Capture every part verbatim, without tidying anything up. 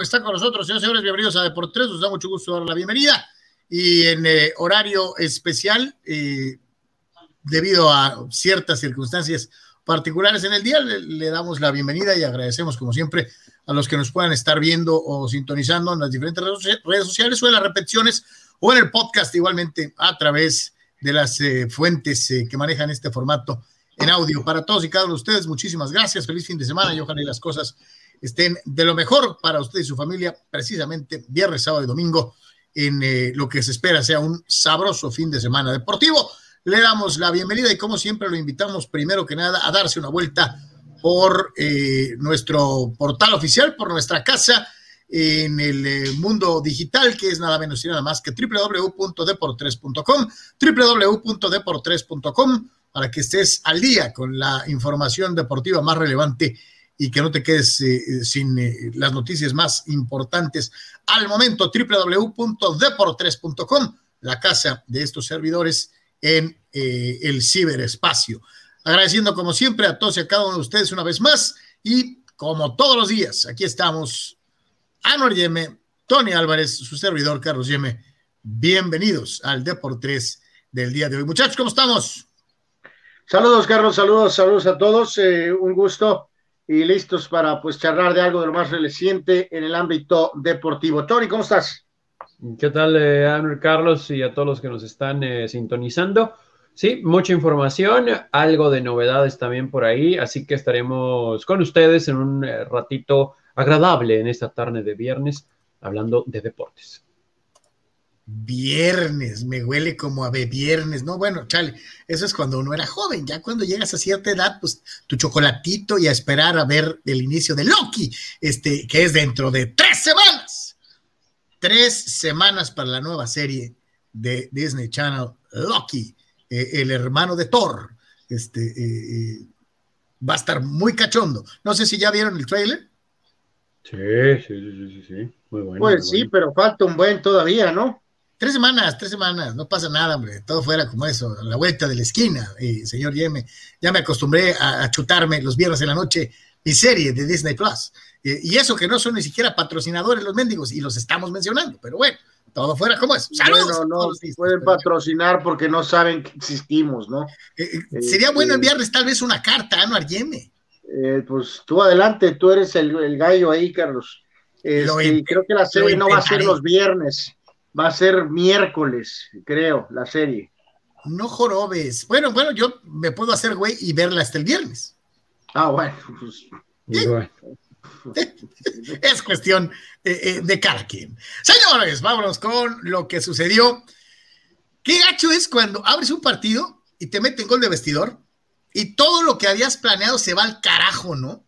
está con nosotros. Señores, señores, bienvenidos a Deportes. Nos da mucho gusto dar la bienvenida. Y en eh, horario especial, eh, debido a ciertas circunstancias particulares en el día, le, le damos la bienvenida y agradecemos, como siempre, a los que nos puedan estar viendo o sintonizando en las diferentes redes sociales o en las repeticiones o en el podcast, igualmente a través de las eh, fuentes eh, que manejan este formato en audio. Para todos y cada uno de ustedes, muchísimas gracias, feliz fin de semana y ojalá y las cosas estén de lo mejor para usted y su familia, precisamente viernes, sábado y domingo, en eh, lo que se espera sea un sabroso fin de semana deportivo. Le damos la bienvenida y como siempre lo invitamos primero que nada a darse una vuelta por eh, nuestro portal oficial, por nuestra casa en el eh, mundo digital, que es nada menos y nada más que doble u doble u doble u punto deportres punto com, doble u doble u doble u punto deportres punto com, para que estés al día con la información deportiva más relevante y que no te quedes eh, sin eh, las noticias más importantes al momento. doble u doble u doble u punto deportres punto com, la casa de estos servidores en eh, el ciberespacio. Agradeciendo como siempre a todos y a cada uno de ustedes una vez más y como todos los días, aquí estamos Anuar Yeme, Tony Álvarez, su servidor Carlos Yeme. Bienvenidos al Deportes del día de hoy. Muchachos, ¿cómo estamos? Saludos, Carlos, saludos, saludos a todos, eh, un gusto y listos para pues charlar de algo de lo más reciente en el ámbito deportivo. Tony, ¿cómo estás? ¿Qué tal, eh, Anuar, Carlos, y a todos los que nos están eh, sintonizando? Sí, mucha información, algo de novedades también por ahí, así que estaremos con ustedes en un eh, ratito agradable en esta tarde de viernes, hablando de deportes. Viernes, me huele como a viernes, no, bueno, chale, eso es cuando uno era joven, ya cuando llegas a cierta edad, pues tu chocolatito y a esperar a ver el inicio de Loki, este, que es dentro de tres semanas, tres semanas para la nueva serie de Disney Channel, Loki, eh, el hermano de Thor, este, eh, eh, va a estar muy cachondo, no sé si ya vieron el tráiler. Sí, sí, sí, sí, sí, muy bueno. Pues muy sí, bueno. pero falta un buen todavía, ¿no? Tres semanas, tres semanas, no pasa nada, hombre, todo fuera como eso, a la vuelta de la esquina, eh, señor Yeme, ya me acostumbré a, a chutarme los viernes en la noche mi serie de Disney Plus, eh, y eso que no son ni siquiera patrocinadores los mendigos, y los estamos mencionando, pero bueno, todo fuera como eso. ¡Saludos! Bueno, no pueden patrocinar porque no saben que existimos, ¿no? Eh, eh, sería eh, bueno enviarles tal vez una carta a Anuar Yeme. Eh, pues tú adelante, tú eres el, el gallo ahí, Carlos. Este, creo que la serie no va a ser los viernes, va a ser miércoles, creo, la serie. No jorobes. Bueno, bueno, yo me puedo hacer güey y verla hasta el viernes. Ah, bueno. Pues, ¿sí? Bueno. Es cuestión eh, eh, de cada quien. Señores, vámonos con lo que sucedió. Qué gacho es cuando abres un partido y te meten gol de vestidor y todo lo que habías planeado se va al carajo, ¿no?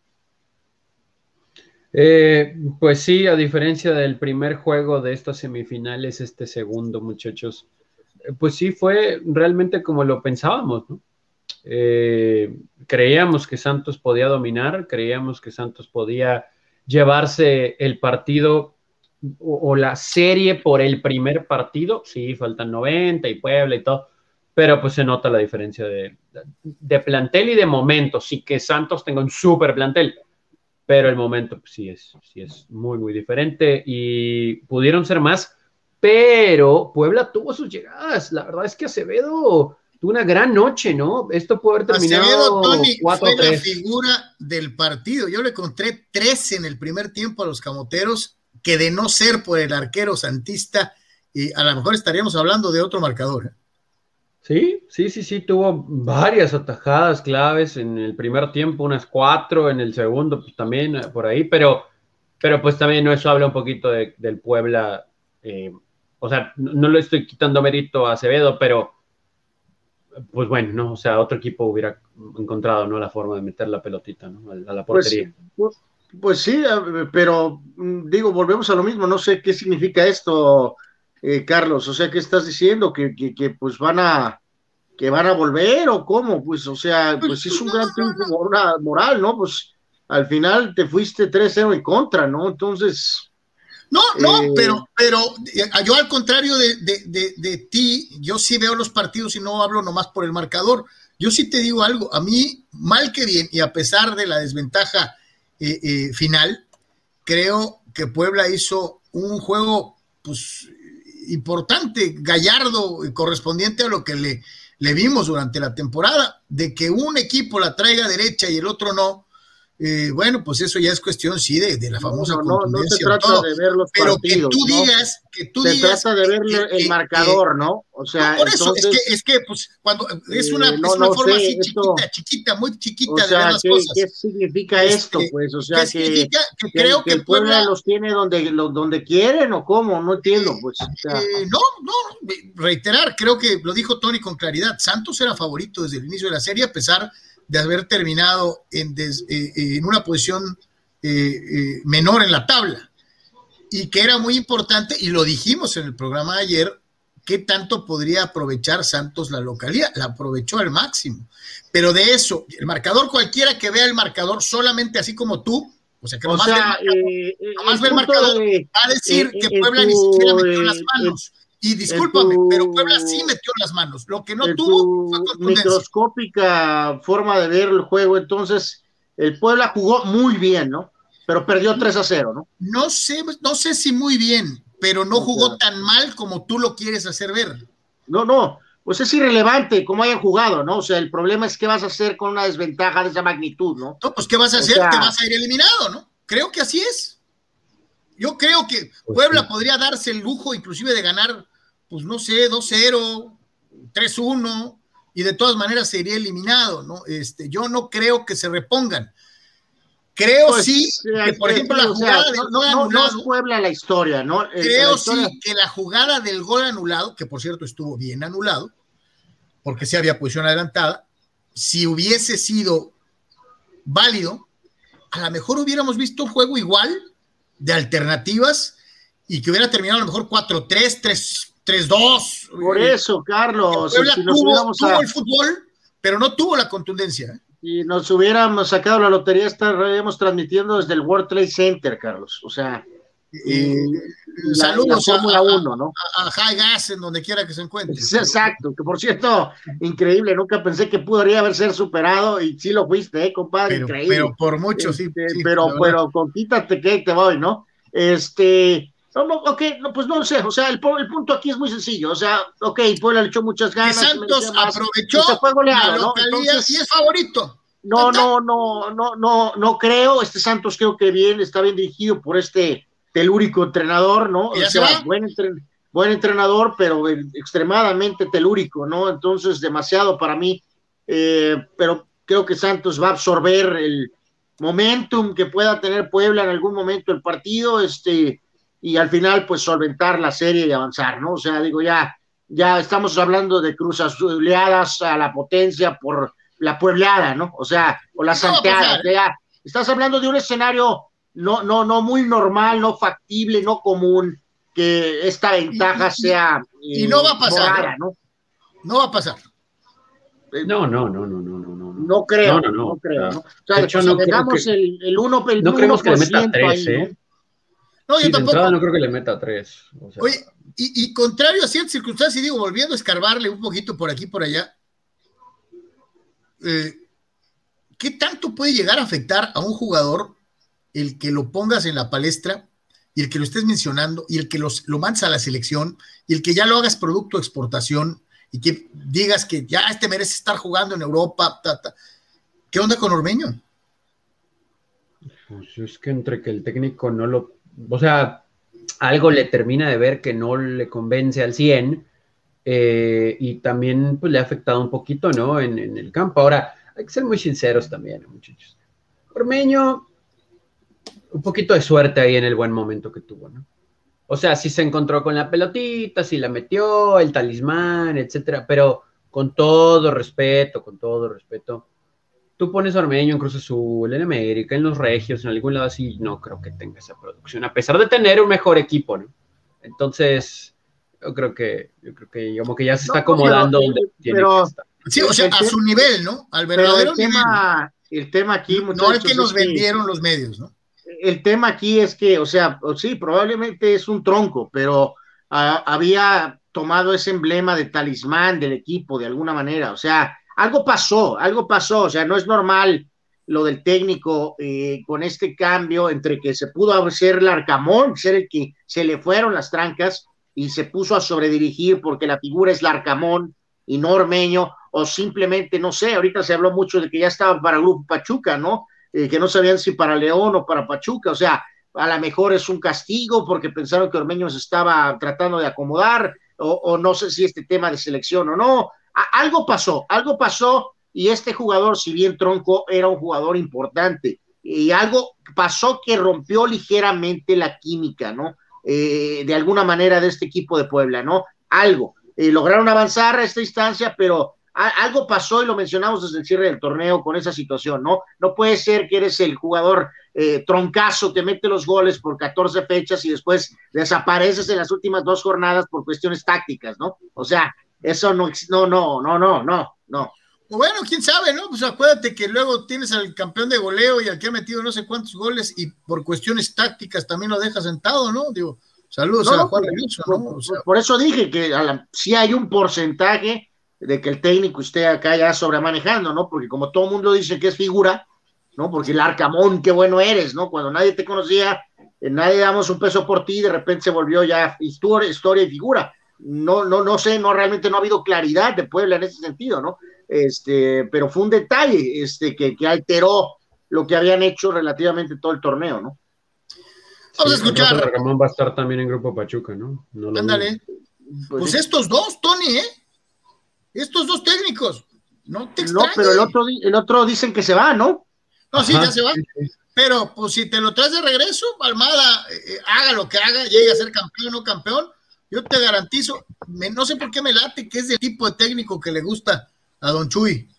Eh, pues sí, a diferencia del primer juego de estas semifinales, este segundo, muchachos, eh, pues sí fue realmente como lo pensábamos, ¿no? Eh, creíamos que Santos podía dominar, creíamos que Santos podía llevarse el partido o, o la serie por el primer partido, sí, faltan noventa y Puebla y todo, pero pues se nota la diferencia de, de plantel y de momento, sí que Santos tenga un súper plantel, pero el momento pues, sí, es, sí es muy, muy diferente y pudieron ser más, pero Puebla tuvo sus llegadas, la verdad es que Acevedo tuvo una gran noche, ¿no? Esto puede haber terminado Acevedo, Tony, cuatro fue la figura del partido. Yo le encontré tres en el primer tiempo a los camoteros, que de no ser por el arquero santista, y a lo mejor estaríamos hablando de otro marcador, ¿eh? Sí, sí, sí, sí, tuvo varias atajadas claves en el primer tiempo, unas cuatro, en el segundo pues también por ahí, pero, pero pues también eso habla un poquito de, del Puebla, eh, o sea, no, no le estoy quitando mérito a Acevedo, pero pues bueno, no, o sea, otro equipo hubiera encontrado, ¿no? La forma de meter la pelotita, ¿no? A, a la portería. Pues, pues, pues sí, pero digo, volvemos a lo mismo, no sé qué significa esto, eh, Carlos, o sea, ¿qué estás diciendo? ¿Que, que, que pues van a que van a volver o cómo? Pues, o sea, pues es un gran triunfo moral, ¿no? Pues al final te fuiste tres cero en contra, ¿no? Entonces... No, no, eh... pero, pero yo al contrario de, de, de, de ti, yo sí veo los partidos y no hablo nomás por el marcador. Yo sí te digo algo, a mí, mal que bien, y a pesar de la desventaja eh, eh, final, creo que Puebla hizo un juego pues importante, gallardo, correspondiente a lo que le, le vimos durante la temporada, de que un equipo la traiga derecha y el otro no. Eh, bueno, pues eso ya es cuestión, sí, de, de la famosa no, no, contundencia. No se trata todo, de ver los pero partidos, que tú ¿no? digas, que tú se digas. trata de ver que, el que, marcador, que, ¿no? O sea, no, por eso, entonces, es que, es que, pues, cuando es una, eh, no, es una no forma sé, así esto, chiquita, chiquita, muy chiquita o sea, de ver las ¿qué, cosas. ¿qué significa este, esto? Pues, o sea, ¿qué que, significa? Que, que, creo que que el Puebla, Puebla los tiene donde, lo, donde quieren o cómo, no entiendo, eh, pues. O sea. eh, no, no, reiterar, creo que lo dijo Tony con claridad. Santos era favorito desde el inicio de la serie, a pesar de haber terminado en, des, eh, en una posición eh, eh, menor en la tabla, y que era muy importante, y lo dijimos en el programa de ayer, qué tanto podría aprovechar Santos la localidad. La aprovechó al máximo, pero de eso, el marcador, cualquiera que vea el marcador solamente así como tú, o sea, que O nomás sea, ve el marcador, eh, nomás el ve el marcador de, va a decir eh, que en Puebla tu, ni siquiera metió las eh, manos. En, y discúlpame, tu, pero Puebla sí metió las manos. Lo que no en tuvo fue tu contundencia. microscópica forma de ver el juego, entonces, el Puebla jugó muy bien, ¿no? Pero perdió tres a cero, ¿no? No sé, no sé si muy bien, pero no O jugó sea, tan mal como tú lo quieres hacer ver. No, no, pues es irrelevante cómo hayan jugado, ¿no? O sea, el problema es qué vas a hacer con una desventaja de esa magnitud, ¿no? No, pues, ¿qué vas a O hacer? sea, Te vas a ir eliminado, ¿no? Creo que así es. Yo creo que Pues Puebla sí. podría darse el lujo inclusive de ganar, pues no sé, dos cero, tres uno, y de todas maneras se iría eliminado, ¿no? Este, yo no creo que se repongan. Creo sí pues, que, eh, por eh, ejemplo, sí, la o sea, jugada del no, gol no, no es anulado, Puebla la historia, ¿no? El, la creo historia, sí que la jugada del gol anulado, que por cierto estuvo bien anulado, porque sí había posición adelantada, si hubiese sido válido, a lo mejor hubiéramos visto un juego igual de alternativas y que hubiera terminado a lo mejor cuatro tres, tres dos. por eso, Carlos, si, Puebla si nos tuvo, hubiéramos tuvo a, el fútbol, pero no tuvo la contundencia. ¿eh? si nos hubiéramos sacado la lotería, estaríamos transmitiendo desde el World Trade Center, Carlos. O sea, y, Eh, y la, y la saludos a, Fórmula uno, ¿no? a, a High Gas en donde quiera que se encuentre. Es exacto, que por cierto, increíble, nunca pensé que podría haber ser superado y sí lo fuiste, ¿eh, compadre? Pero, Increíble. pero por mucho, sí, Este, sí, pero, pero con quítate que te voy, ¿no? Este, no, no, ok, no, pues no sé, o sea, el, el punto aquí es muy sencillo, o sea, ok, Puebla le echó muchas que ganas, Santos más, aprovechó y se fue la goleado, ¿no? localía Entonces, y es favorito. no, no, no, no, no, no creo, este Santos creo que bien, está bien dirigido por este telúrico entrenador, ¿no? O ¿Ya se sea, va? buen, entre, buen entrenador, pero extremadamente telúrico, ¿no? Entonces, demasiado para mí, eh, pero creo que Santos va a absorber el momentum que pueda tener Puebla en algún momento del partido, este, y al final, pues, solventar la serie y avanzar, ¿no? O sea, digo, ya, ya estamos hablando de cruzas azuleadas a la potencia por la puebleada, ¿no? O sea, o la No va a santeada, pasar, o sea, estás hablando de un escenario no, no, no muy normal, no factible, no común, que esta ventaja y, y, sea y, eh, y no va a pasar, borrada, ¿eh? ¿no? No va a pasar. Eh, No, no, no, no, no, no, no. no creo, no, no, no. no creo, O sea, ¿no? O sea, de de hecho, pues, no creo dejamos que. el, el uno, el No creemos que le meta uno por ciento tres, ahí, ¿no? ¿eh? No, Sí, yo de tampoco. entrada no creo que le meta tres. O sea, Oye, y, y contrario a ciertas circunstancias, y digo, volviendo a escarbarle un poquito por aquí por allá, eh, ¿qué tanto puede llegar a afectar a un jugador el que lo pongas en la palestra y el que lo estés mencionando y el que los, lo mandes a la selección y el que ya lo hagas producto de exportación y que digas que ya este merece estar jugando en Europa? Ta, ta. ¿Qué onda con Ormeño? pues es que entre que el técnico no lo. O sea, algo le termina de ver que no le convence al cien, eh, y también pues, le ha afectado un poquito, ¿no? En, en el campo. Ahora, hay que ser muy sinceros también, muchachos. Ormeño, un poquito de suerte ahí en el buen momento que tuvo, ¿no? O sea, sí se encontró con la pelotita, sí la metió, el talismán, etcétera, pero con todo respeto, con todo respeto, tú pones a Ormeño en Cruz Azul, en América, en los Regios, en algún lado así, no creo que tenga esa producción, a pesar de tener un mejor equipo, ¿no? Entonces, yo creo que, yo creo que como que ya se está No, no, pero, acomodando donde tiene pero, que estar. Sí, o sea, el a tema, su nivel, ¿no? Al pero verdadero el nivel. tema, el tema aquí, No, no el que muchachos, nos es que vendieron los medios, ¿no? el tema aquí es que, o sea, sí, probablemente es un tronco, pero uh, había tomado ese emblema de talismán del equipo de alguna manera, o sea, algo pasó, algo pasó, o sea, no es normal lo del técnico eh, con este cambio entre que se pudo ser Larcamón, ser el que se le fueron las trancas y se puso a sobredirigir porque la figura es Larcamón y no Ormeño, o simplemente, no sé, ahorita se habló mucho de que ya estaba para Grupo Pachuca, ¿no? Eh, que no sabían si para León o para Pachuca, o sea, a lo mejor es un castigo porque pensaron que Ormeño se estaba tratando de acomodar, o, o no sé si este tema de selección o no, a, algo pasó, algo pasó, y este jugador, si bien Tronco era un jugador importante, y algo pasó que rompió ligeramente la química, ¿no? Eh, de alguna manera de este equipo de Puebla, ¿no? Algo. Eh, lograron avanzar a esta instancia, pero a, algo pasó y lo mencionamos desde el cierre del torneo con esa situación, ¿no? No puede ser que eres el jugador eh, troncazo que mete los goles por catorce fechas y después desapareces en las últimas dos jornadas por cuestiones tácticas, ¿no? O sea, eso no, no, no, no, no, no, no. Bueno, quién sabe, ¿no? Pues acuérdate que luego tienes al campeón de goleo y al que ha metido no sé cuántos goles y por cuestiones tácticas también lo deja sentado, ¿no? Digo, saludos no, a no, Juan por, Reynoso, ¿no? Por, o sea, por eso dije que a la, sí hay un porcentaje de que el técnico esté acá ya sobremanejando, ¿no? Porque como todo el mundo dice que es figura, ¿no? Porque el Arcamón, qué bueno eres, ¿no? Cuando nadie te conocía, eh, nadie damos un peso por ti, de repente se volvió ya historia, historia y figura. No, no, no sé, no realmente no ha habido claridad de Puebla en ese sentido, ¿no? Este, pero fue un detalle este, que, que alteró lo que habían hecho relativamente todo el torneo, ¿no? Vamos Sí, a escuchar. El Ramón va a estar también en Grupo Pachuca, ¿no? no lo Ándale. Pues, pues sí. estos dos, Tony, ¿eh? Estos dos técnicos. No te No, pero el otro, el otro dicen que se va, ¿no? No, Ajá, sí, ya se va. Sí, sí. Pero, pues, si te lo traes de regreso, Almada, eh, haga lo que haga, llegue a ser campeón o no campeón, yo te garantizo, me, no sé por qué me late, que es del tipo de técnico que le gusta a Don Chuy.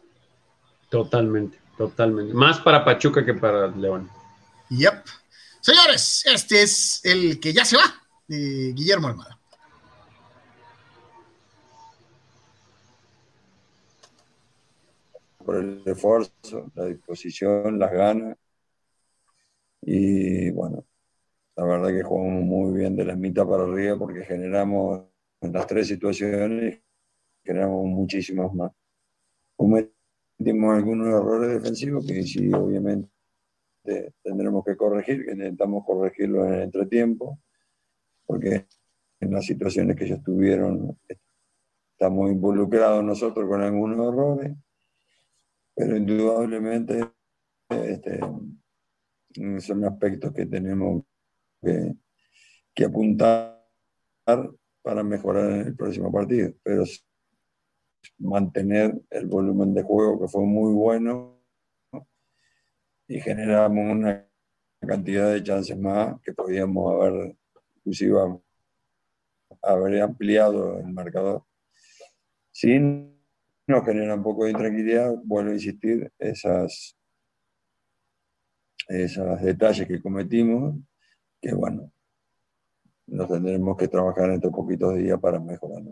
Totalmente, totalmente. Más para Pachuca que para León. Yep. Señores, este es el que ya se va, eh, Guillermo Almada. Por el esfuerzo, la disposición, las ganas. Y bueno, la verdad que jugamos muy bien de la mitad para arriba porque generamos en las tres situaciones, generamos muchísimas más. Cometimos algunos errores defensivos que sí, obviamente tendremos que corregir, que necesitamos corregirlo en el entretiempo, porque en las situaciones que ellos tuvieron estamos involucrados nosotros con algunos errores, pero indudablemente este, son aspectos que tenemos que, que apuntar para mejorar en el próximo partido, pero mantener el volumen de juego que fue muy bueno y generamos una cantidad de chances más que podíamos haber inclusive haber ampliado el marcador. Sí, nos genera un poco de intranquilidad, vuelvo a insistir, esas, esos detalles que cometimos, que bueno, nos tendremos que trabajar en estos poquitos días para mejorarlo.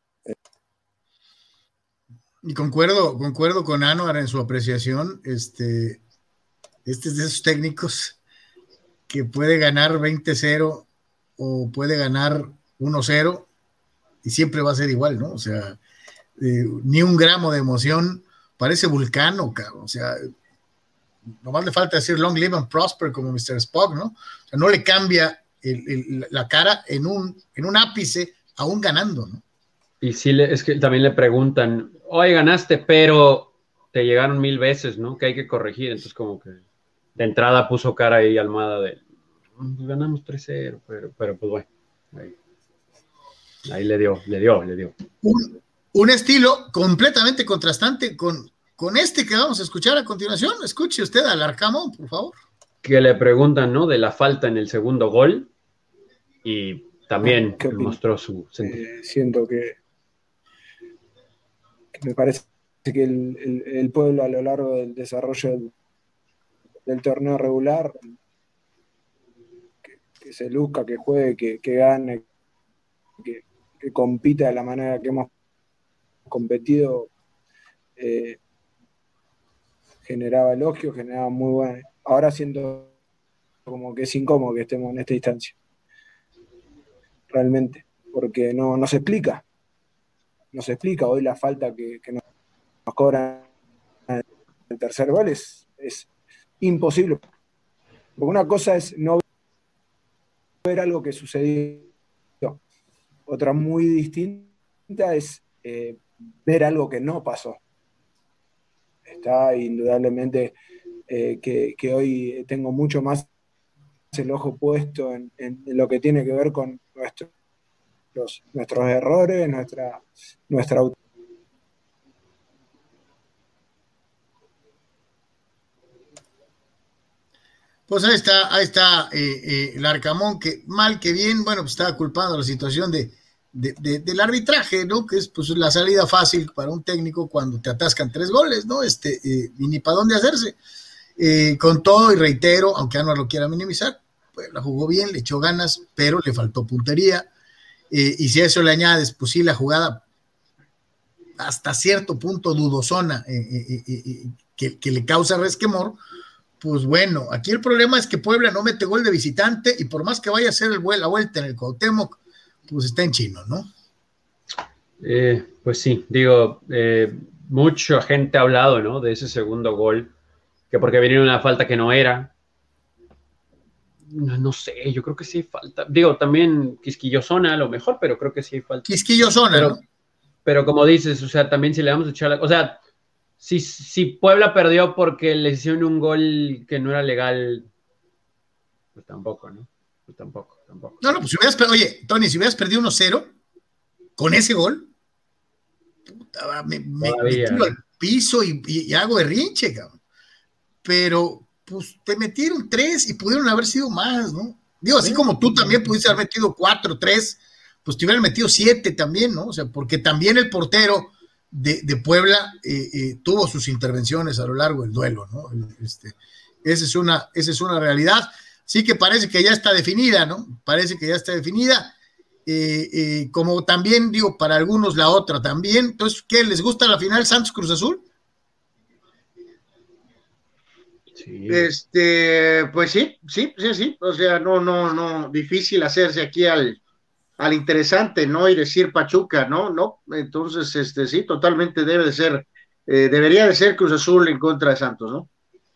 Y concuerdo, concuerdo con Anuar en su apreciación. Este, este es de esos técnicos que puede ganar veinte cero o puede ganar uno cero y siempre va a ser igual, ¿no? O sea, eh, ni un gramo de emoción, parece Vulcano, cabrón. O sea, nomás le falta decir long live and prosper como mister Spock, ¿no? O sea, no le cambia el, el, la cara en un, en un ápice, aún ganando, ¿no? Y sí, le, es que también le preguntan, oye, ganaste, pero te llegaron mil veces, ¿no? Que hay que corregir. Entonces, como que de entrada puso cara ahí Almada de, pues ganamos tres cero, pero, pero pues bueno, ahí, ahí le dio, le dio, le dio. Un, un estilo completamente contrastante con, con este que vamos a escuchar a continuación. Escuche usted al Arcamón, por favor. Que le preguntan, ¿no? De la falta en el segundo gol y también mostró su eh, siento que, que me parece que el, el, el pueblo a lo largo del desarrollo del, del torneo regular que, que se luzca, que juegue, que, que gane, que, que compita de la manera que hemos competido, eh, generaba elogios, generaba muy buenas. Ahora siento como que es incómodo que estemos en esta instancia, realmente, porque no, no se explica, no se explica. Hoy la falta que, que nos, nos cobran el tercer gol es es imposible. Porque una cosa es no ver algo que sucedió, otra muy distinta es eh, ver algo que no pasó. Está indudablemente eh, que, que hoy tengo mucho más el ojo puesto en, en lo que tiene que ver con nuestros, nuestros errores, nuestra, nuestra Pues ahí está, ahí está eh, eh, el Arcamón, que mal que bien, bueno, pues estaba culpando la situación de, de, de, del arbitraje, ¿no? Que es pues la salida fácil para un técnico cuando te atascan tres goles, ¿no? Este, eh, y ni para dónde hacerse. Eh, con todo, y reitero, aunque Anuar lo quiera minimizar, pues la jugó bien, le echó ganas, pero le faltó puntería. Eh, y si a eso le añades, pues sí, la jugada hasta cierto punto dudosona, eh, eh, eh, eh, que, que le causa resquemor. Pues bueno, aquí el problema es que Puebla no mete gol de visitante y por más que vaya a hacer el, la vuelta en el Cuauhtémoc, pues está en chino, ¿no? Eh, pues sí, digo, eh, mucha gente ha hablado, ¿no? De ese segundo gol, que porque venía una falta que no era. No, no sé, yo creo que sí hay falta. Digo, también quisquillosona a lo mejor, pero creo que sí hay falta. Quisquillosona, pero, ¿no? Pero como dices, o sea, también si le vamos a echar la... O sea, Si, si Puebla perdió porque le hicieron un gol que no era legal, pues tampoco, ¿no? Pues tampoco, tampoco. No, no, pues si hubieras, oye, Tony, si hubieras perdido uno cero con ese gol, puta, me, me, me tiro al piso y, y, y hago berrinche, cabrón. Pero, pues, te metieron tres y pudieron haber sido más, ¿no? Digo, así como tú también pudiste haber metido cuatro, tres, pues te hubieran metido siete también, ¿no? O sea, porque también el portero De, de Puebla eh, eh, tuvo sus intervenciones a lo largo del duelo, ¿no? Este, esa es una, esa es una realidad. Sí que parece que ya está definida, ¿no? Parece que ya está definida. Eh, eh, como también, digo, para algunos la otra también. Entonces, ¿qué? ¿Les gusta la final Santos Cruz Azul? Sí. Este, pues sí, sí, sí, sí. O sea, no, no, no, difícil hacerse aquí al al interesante, ¿no? Y decir Pachuca, ¿no? No, entonces, este, sí, totalmente debe de ser, eh, debería de ser Cruz Azul en contra de Santos, ¿no?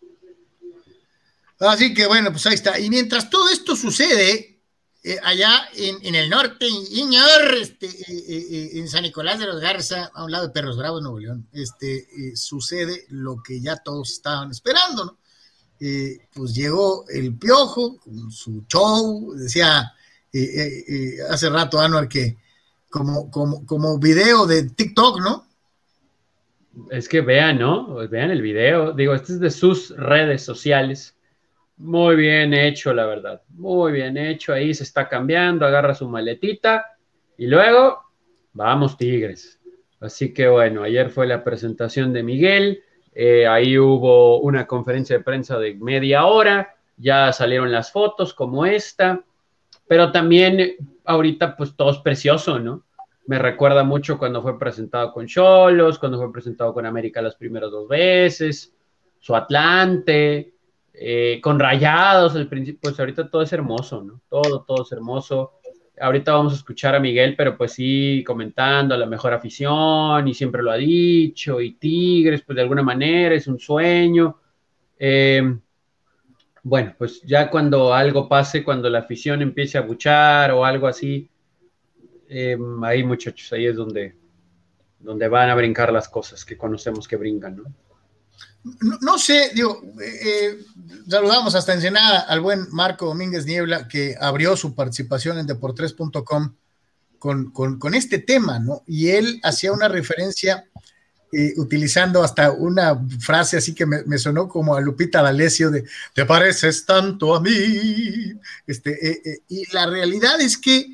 Así que bueno, pues ahí está. Y mientras todo esto sucede, eh, allá en, en el norte, Iñor, este, eh, eh, en San Nicolás de los Garza, a un lado de Perros Bravos, Nuevo León, este, eh, sucede lo que ya todos estaban esperando, ¿no? Eh, pues llegó el Piojo con su show, decía... Eh, eh, eh, hace rato, Anuar, que como, como, como video de TikTok, ¿no? Es que vean, ¿no? Vean el video. Digo, este es de sus redes sociales. Muy bien hecho, la verdad. Muy bien hecho. Ahí se está cambiando, agarra su maletita y luego, vamos Tigres. Así que bueno, ayer fue la presentación de Miguel. Eh, ahí hubo una conferencia de prensa de media hora. Ya salieron las fotos como esta. Pero también ahorita pues todo es precioso, ¿no? Me recuerda mucho cuando fue presentado con Xolos, cuando fue presentado con América las primeras dos veces, su Atlante, eh, con Rayados al principio, pues ahorita todo es hermoso, ¿no? Todo, todo es hermoso. Ahorita vamos a escuchar a Miguel, pero pues sí, comentando la mejor afición, y siempre lo ha dicho, y Tigres, pues de alguna manera es un sueño. Eh, Bueno, pues ya cuando algo pase, cuando la afición empiece a buchar o algo así, eh, ahí muchachos, ahí es donde, donde van a brincar las cosas que conocemos que brincan, ¿no? No, no sé, digo, eh, saludamos hasta Ensenada al buen Marco Domínguez Niebla, que abrió su participación en deportes punto com con, con, con este tema, ¿no? Y él hacía una referencia eh, utilizando hasta una frase así que me, me sonó como a Lupita D'Alessio de "te pareces tanto a mí". Este, eh, eh, y la realidad es que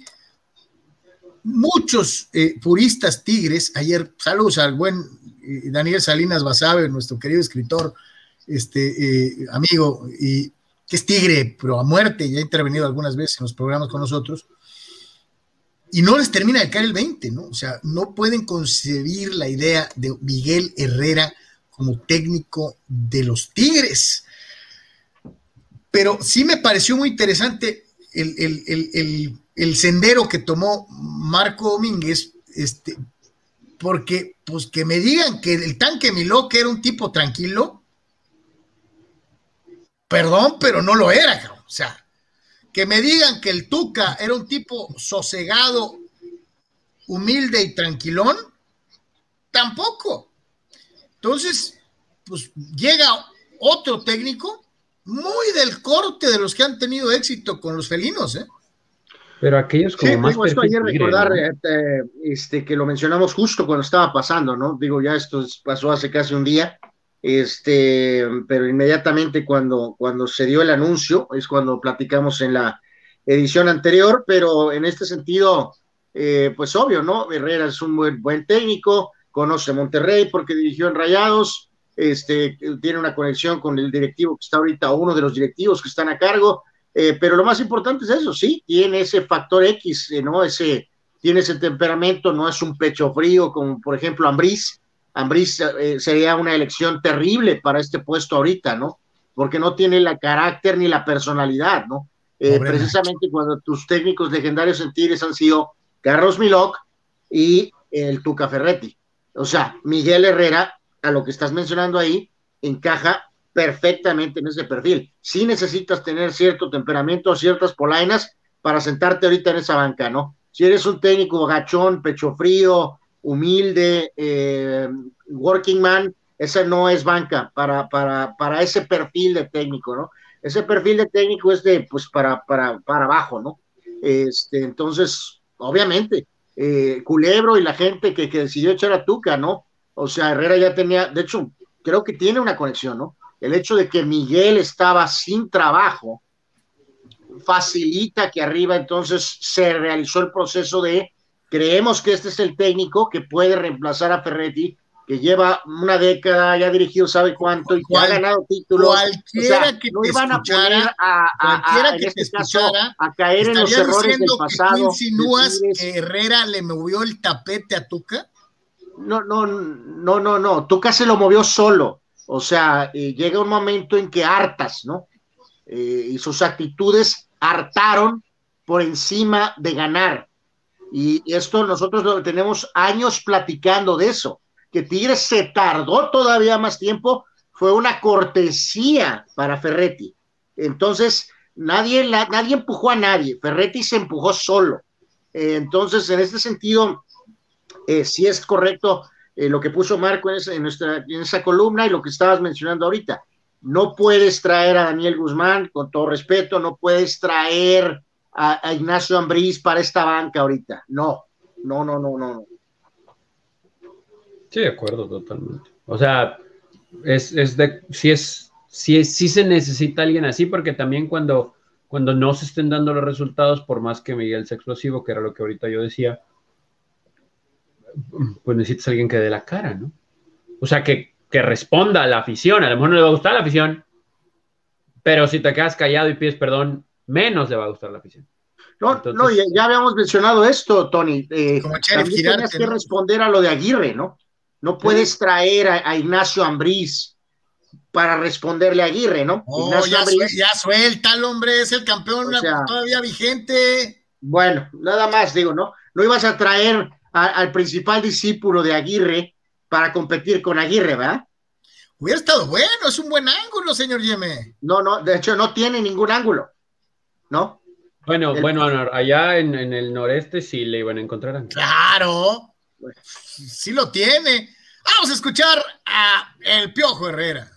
muchos eh, puristas tigres, ayer, saludos al buen eh, Daniel Salinas Basabe, nuestro querido escritor, este eh, amigo, y que es tigre, pero a muerte, ya ha intervenido algunas veces en los programas con nosotros, y no les termina de caer el veinte, ¿no? O sea, no pueden concebir la idea de Miguel Herrera como técnico de los Tigres. Pero sí me pareció muy interesante el, el, el, el, el sendero que tomó Marco Domínguez, este, porque pues que me digan que el tanque Miló, que era un tipo tranquilo, Perdón, pero no lo era, cabrón. O sea, que me digan que el Tuca era un tipo sosegado, humilde y tranquilón, tampoco. Entonces, pues llega otro técnico muy del corte de los que han tenido éxito con los felinos, ¿eh? Pero aquellos como sí, más digo, esto ayer tigre, recordar ¿no? eh, este, que lo mencionamos justo cuando estaba pasando, ¿no? Digo, ya esto pasó hace casi un día, este, pero inmediatamente cuando, cuando se dio el anuncio, es cuando platicamos en la edición anterior, pero en este sentido, eh, pues obvio, ¿no? Herrera es un buen, buen técnico, conoce Monterrey porque dirigió en Rayados, este, tiene una conexión con el directivo que está ahorita, uno de los directivos que están a cargo. Eh, pero lo más importante es eso, sí, tiene ese factor X, eh, ¿no? Ese, tiene ese temperamento, no es un pecho frío como por ejemplo Ambriz. Ambriz eh, sería una elección terrible para este puesto ahorita, ¿no? Porque no tiene el carácter ni la personalidad, ¿no? Eh, precisamente Nacho. Cuando tus técnicos legendarios en Tigres han sido Carlos Milok y el Tuca Ferretti. O sea, Miguel Herrera, a lo que estás mencionando ahí, encaja perfectamente en ese perfil. Sí necesitas tener cierto temperamento, ciertas polainas para sentarte ahorita en esa banca, ¿no? Si eres un técnico gachón, pecho frío, humilde, eh, working man, esa no es banca para, para, para ese perfil de técnico, ¿no? Ese perfil de técnico es de, pues, para, para, para abajo, ¿no? Este, entonces, obviamente, eh, Culebro y la gente que, que decidió echar a Tuca, ¿no? O sea, Herrera ya tenía, de hecho, creo que tiene una conexión, ¿no? El hecho de que Miguel estaba sin trabajo facilita que arriba entonces se realizó el proceso de creemos que este es el técnico que puede reemplazar a Ferretti, que lleva una década, ya ha dirigido sabe cuánto y que Cual, ha ganado títulos. Cualquiera o sea, que no te iban escuchara, a poner a, a, cualquiera a, que en te este escuchara, caso, a caer en los errores del pasado. ¿Tú insinúas que Herrera le movió el tapete a Tuca? No, no, no, no, no. Tuca se lo movió solo. O sea, eh, llega un momento en que hartas, ¿no? Eh, y sus actitudes hartaron por encima de ganar. Y esto nosotros lo tenemos años platicando de eso. Que Tigres se tardó todavía más tiempo, fue una cortesía para Ferretti. Entonces, nadie, la, nadie empujó a nadie. Ferretti se empujó solo. Eh, entonces, en este sentido, eh, sí es correcto eh, lo que puso Marco en esa, en, nuestra, en esa columna y lo que estabas mencionando ahorita. No puedes traer a Daniel Guzmán, con todo respeto, no puedes traer a, a Ignacio Ambriz para esta banca ahorita. No, no, no, no, no. Sí, de acuerdo, totalmente. O sea, es, es de, sí, es, sí, es, sí se necesita alguien así, porque también cuando, cuando no se estén dando los resultados, por más que Miguel sea explosivo, que era lo que ahorita yo decía, pues necesitas alguien que dé la cara, ¿no? O sea, que, que responda a la afición. A lo mejor no le va a gustar a la afición, pero si te quedas callado y pides perdón, menos le va a gustar a la afición. No, Entonces, no, ya, ya habíamos mencionado esto, Tony. Eh, también girarte, tenías que ¿no? responder a lo de Aguirre, ¿no? No puedes ¿Sí? traer a, a Ignacio Ambriz para responderle a Aguirre, ¿no? Oh, Ignacio ya, Ambriz, ya suelta el hombre, es el campeón o sea, todavía vigente. Bueno, nada más digo, ¿no? No ibas a traer a, al principal discípulo de Aguirre para competir con Aguirre, ¿verdad? Hubiera estado bueno, es un buen ángulo, señor Yeme. No, no, de hecho no tiene ningún ángulo, ¿no? Bueno, el, bueno, allá en, en el noreste sí le iban a encontrar ángulo. Claro, bueno. Sí lo tiene. Vamos a escuchar a el Piojo Herrera.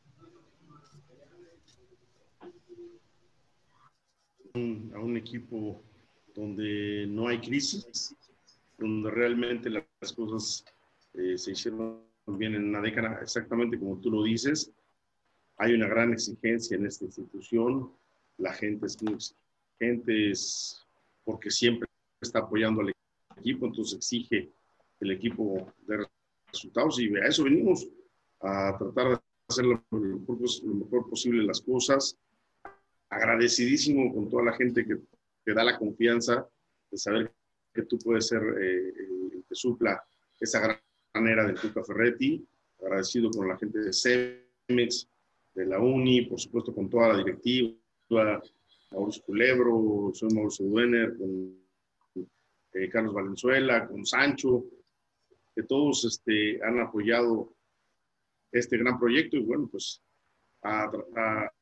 A un equipo donde no hay crisis, donde realmente las cosas eh, se hicieron bien en una década, exactamente como tú lo dices. Hay una gran exigencia en esta institución, la gente es muy exigente, es porque siempre está apoyando al equipo, entonces exige el equipo de resultados y a eso venimos, a tratar de hacer lo mejor, lo mejor posible las cosas. Agradecidísimo con toda la gente que te da la confianza de saber que tú puedes ser eh, el que supla esa gran era del Tuca Ferretti. Agradecido con la gente de Cemex, de la Uni, por supuesto con toda la directiva, Mauricio Culebro, soy Mauricio Duener, con eh, Carlos Valenzuela, con Sancho, que todos este, han apoyado este gran proyecto y bueno, pues a, a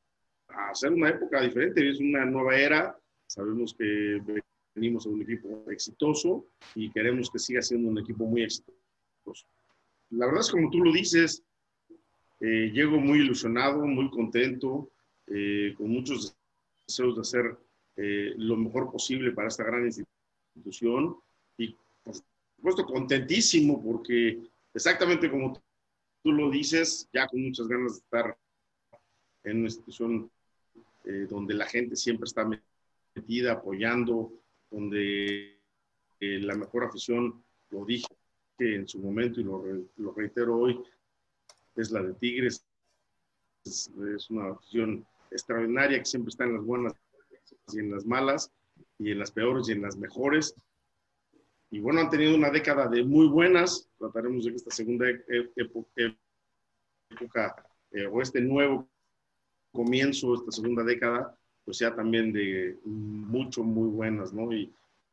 a hacer una época diferente, es una nueva era, sabemos que venimos a un equipo exitoso y queremos que siga siendo un equipo muy exitoso. La verdad es como tú lo dices, eh, llego muy ilusionado, muy contento, eh, con muchos deseos de hacer eh, lo mejor posible para esta gran institución y por supuesto contentísimo porque exactamente como tú lo dices, ya con muchas ganas de estar en una institución eh, donde la gente siempre está metida, apoyando, donde eh, la mejor afición, lo dije en su momento y lo, lo reitero hoy, es la de Tigres. Es, es una afición extraordinaria que siempre está en las buenas y en las malas, y en las peores y en las mejores. Y bueno, han tenido una década de muy buenas. Trataremos de que esta segunda época, época eh, o este nuevo comienzo, esta segunda década, pues sea también de mucho, muy buenas, ¿no? Y,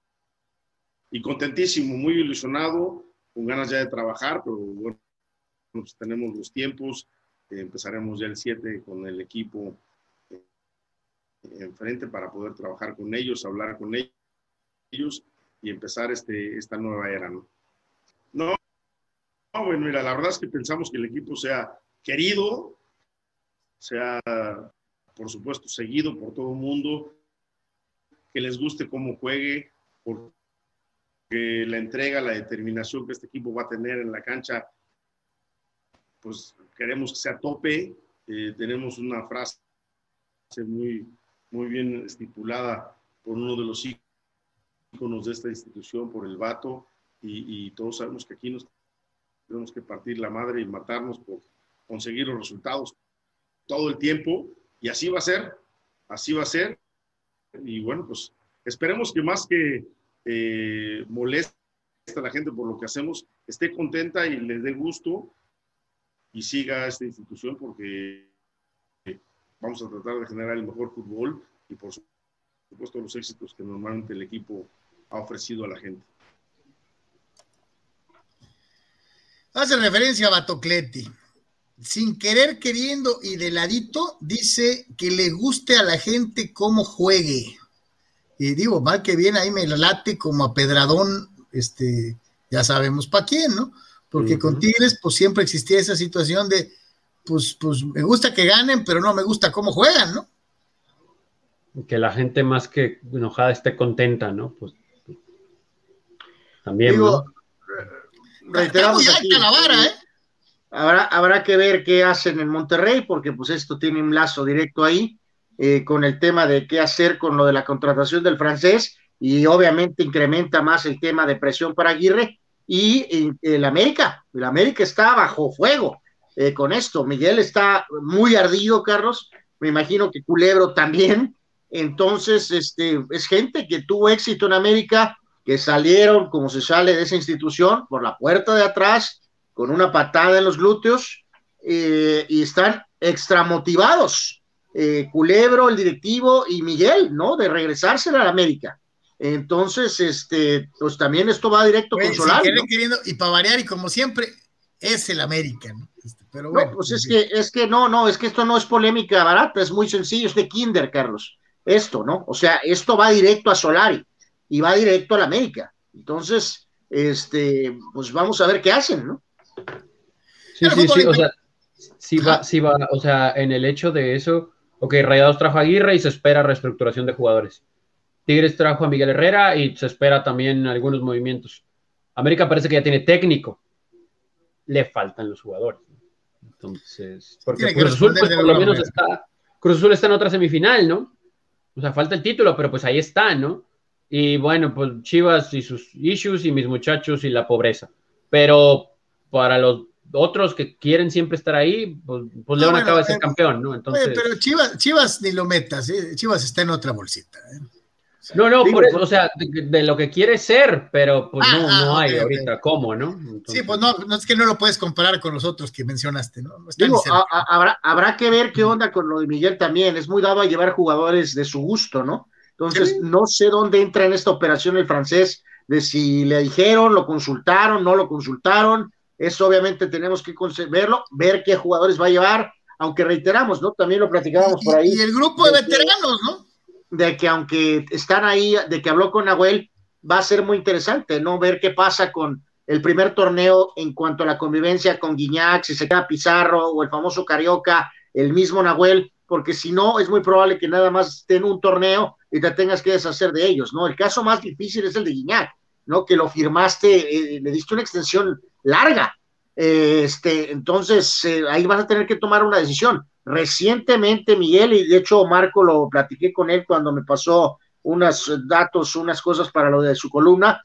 y contentísimo, muy ilusionado, con ganas ya de trabajar, pero bueno, pues tenemos los tiempos, eh, empezaremos ya el siete con el equipo eh, enfrente para poder trabajar con ellos, hablar con ellos y empezar este, esta nueva era, ¿no? No, no, bueno, mira, la verdad es que pensamos que el equipo sea querido, sea, por supuesto, seguido por todo el mundo, que les guste cómo juegue, porque la entrega, la determinación que este equipo va a tener en la cancha, pues queremos que sea a tope. Eh, tenemos una frase muy, muy bien estipulada por uno de los íconos de esta institución, por el Vato, y, y todos sabemos que aquí nos tenemos que partir la madre y matarnos por conseguir los resultados todo el tiempo, y así va a ser, así va a ser, y bueno, pues esperemos que más que eh, moleste a la gente por lo que hacemos, esté contenta y les dé gusto y siga esta institución, porque vamos a tratar de generar el mejor fútbol y por supuesto los éxitos que normalmente el equipo ha ofrecido a la gente. Hace referencia a Batocletti. Sin querer, queriendo y de ladito, dice que le guste a la gente cómo juegue. Y digo, mal que bien, ahí me late como a Pedradón, este, ya sabemos para quién, ¿no? Porque uh-huh. con Tigres, pues siempre existía esa situación de, pues, pues me gusta que ganen, pero no me gusta cómo juegan, ¿no? Que la gente más que enojada esté contenta, ¿no? Pues, pues también, digo, ¿no? Reiteramos está muy alta la vara, ¿eh? Habrá, habrá que ver qué hacen en Monterrey, porque pues esto tiene un lazo directo ahí, eh, con el tema de qué hacer con lo de la contratación del francés, y obviamente incrementa más el tema de presión para Aguirre, y, y el América, el América está bajo fuego eh, con esto. Miguel está muy ardido, Carlos, me imagino que Culebro también. Entonces este, es gente que tuvo éxito en América, que salieron como se sale de esa institución, por la puerta de atrás, con una patada en los glúteos, eh, y están extra motivados, eh, Culebro, el directivo, y Miguel, ¿no? De regresarse a la América. Entonces, este, pues también esto va directo bueno, con Solari, si ¿no? queriendo, y para variar, y como siempre, es el América, ¿no? Este, pero bueno, no, pues es que, es que no, no, es que esto no es polémica barata, es muy sencillo, es de kinder, Carlos, esto, ¿no? O sea, esto va directo a Solari, y va directo a la América. Entonces, este, pues vamos a ver qué hacen, ¿no? Sí, sí, sí, o sea, sí va, sí va, o sea, en el hecho de eso, ok, Rayados trajo a Aguirre y se espera reestructuración de jugadores. Tigres trajo a Miguel Herrera y se espera también algunos movimientos. América parece que ya tiene técnico, le faltan los jugadores. Entonces, porque Cruz Azul, pues por lo menos está, Cruz Azul está en otra semifinal, ¿no? O sea, falta el título, pero pues ahí está, ¿no? Y bueno, pues Chivas y sus issues y mis muchachos y la pobreza. Pero para los otros que quieren siempre estar ahí, pues, pues León no, bueno, acaba de ser eh, campeón, ¿no? Entonces, pero Chivas, Chivas ni lo metas, ¿eh? Chivas está en otra bolsita, ¿eh? O sea, no, no, digo, por eso, o sea, de, de lo que quiere ser, pero pues ah, no, ah, no hay okay, ahorita, okay. ¿Cómo, no? Entonces, sí, pues no, no, es que no lo puedes comparar con los otros que mencionaste, ¿no? no digo, a, a, habrá, habrá que ver qué onda con lo de Miguel también, es muy dado a llevar jugadores de su gusto, ¿no? Entonces, ¿sí? No sé dónde entra en esta operación el francés, de si le dijeron, lo consultaron, no lo consultaron, eso obviamente tenemos que verlo, ver qué jugadores va a llevar, aunque reiteramos, ¿no? También lo platicábamos por ahí. Y el grupo de, de veteranos, que, ¿no? De que aunque están ahí, de que habló con Nahuel, va a ser muy interesante, ¿no? Ver qué pasa con el primer torneo en cuanto a la convivencia con Guiñac, si se queda Pizarro o el famoso Carioca, el mismo Nahuel, porque si no, es muy probable que nada más esté en un torneo y te tengas que deshacer de ellos, ¿no? El caso más difícil es el de Guiñac, ¿no? Que lo firmaste, eh, le diste una extensión larga, eh, este, entonces eh, ahí vas a tener que tomar una decisión. Recientemente, Miguel, y de hecho Marco lo platiqué con él cuando me pasó unos datos, unas cosas para lo de su columna,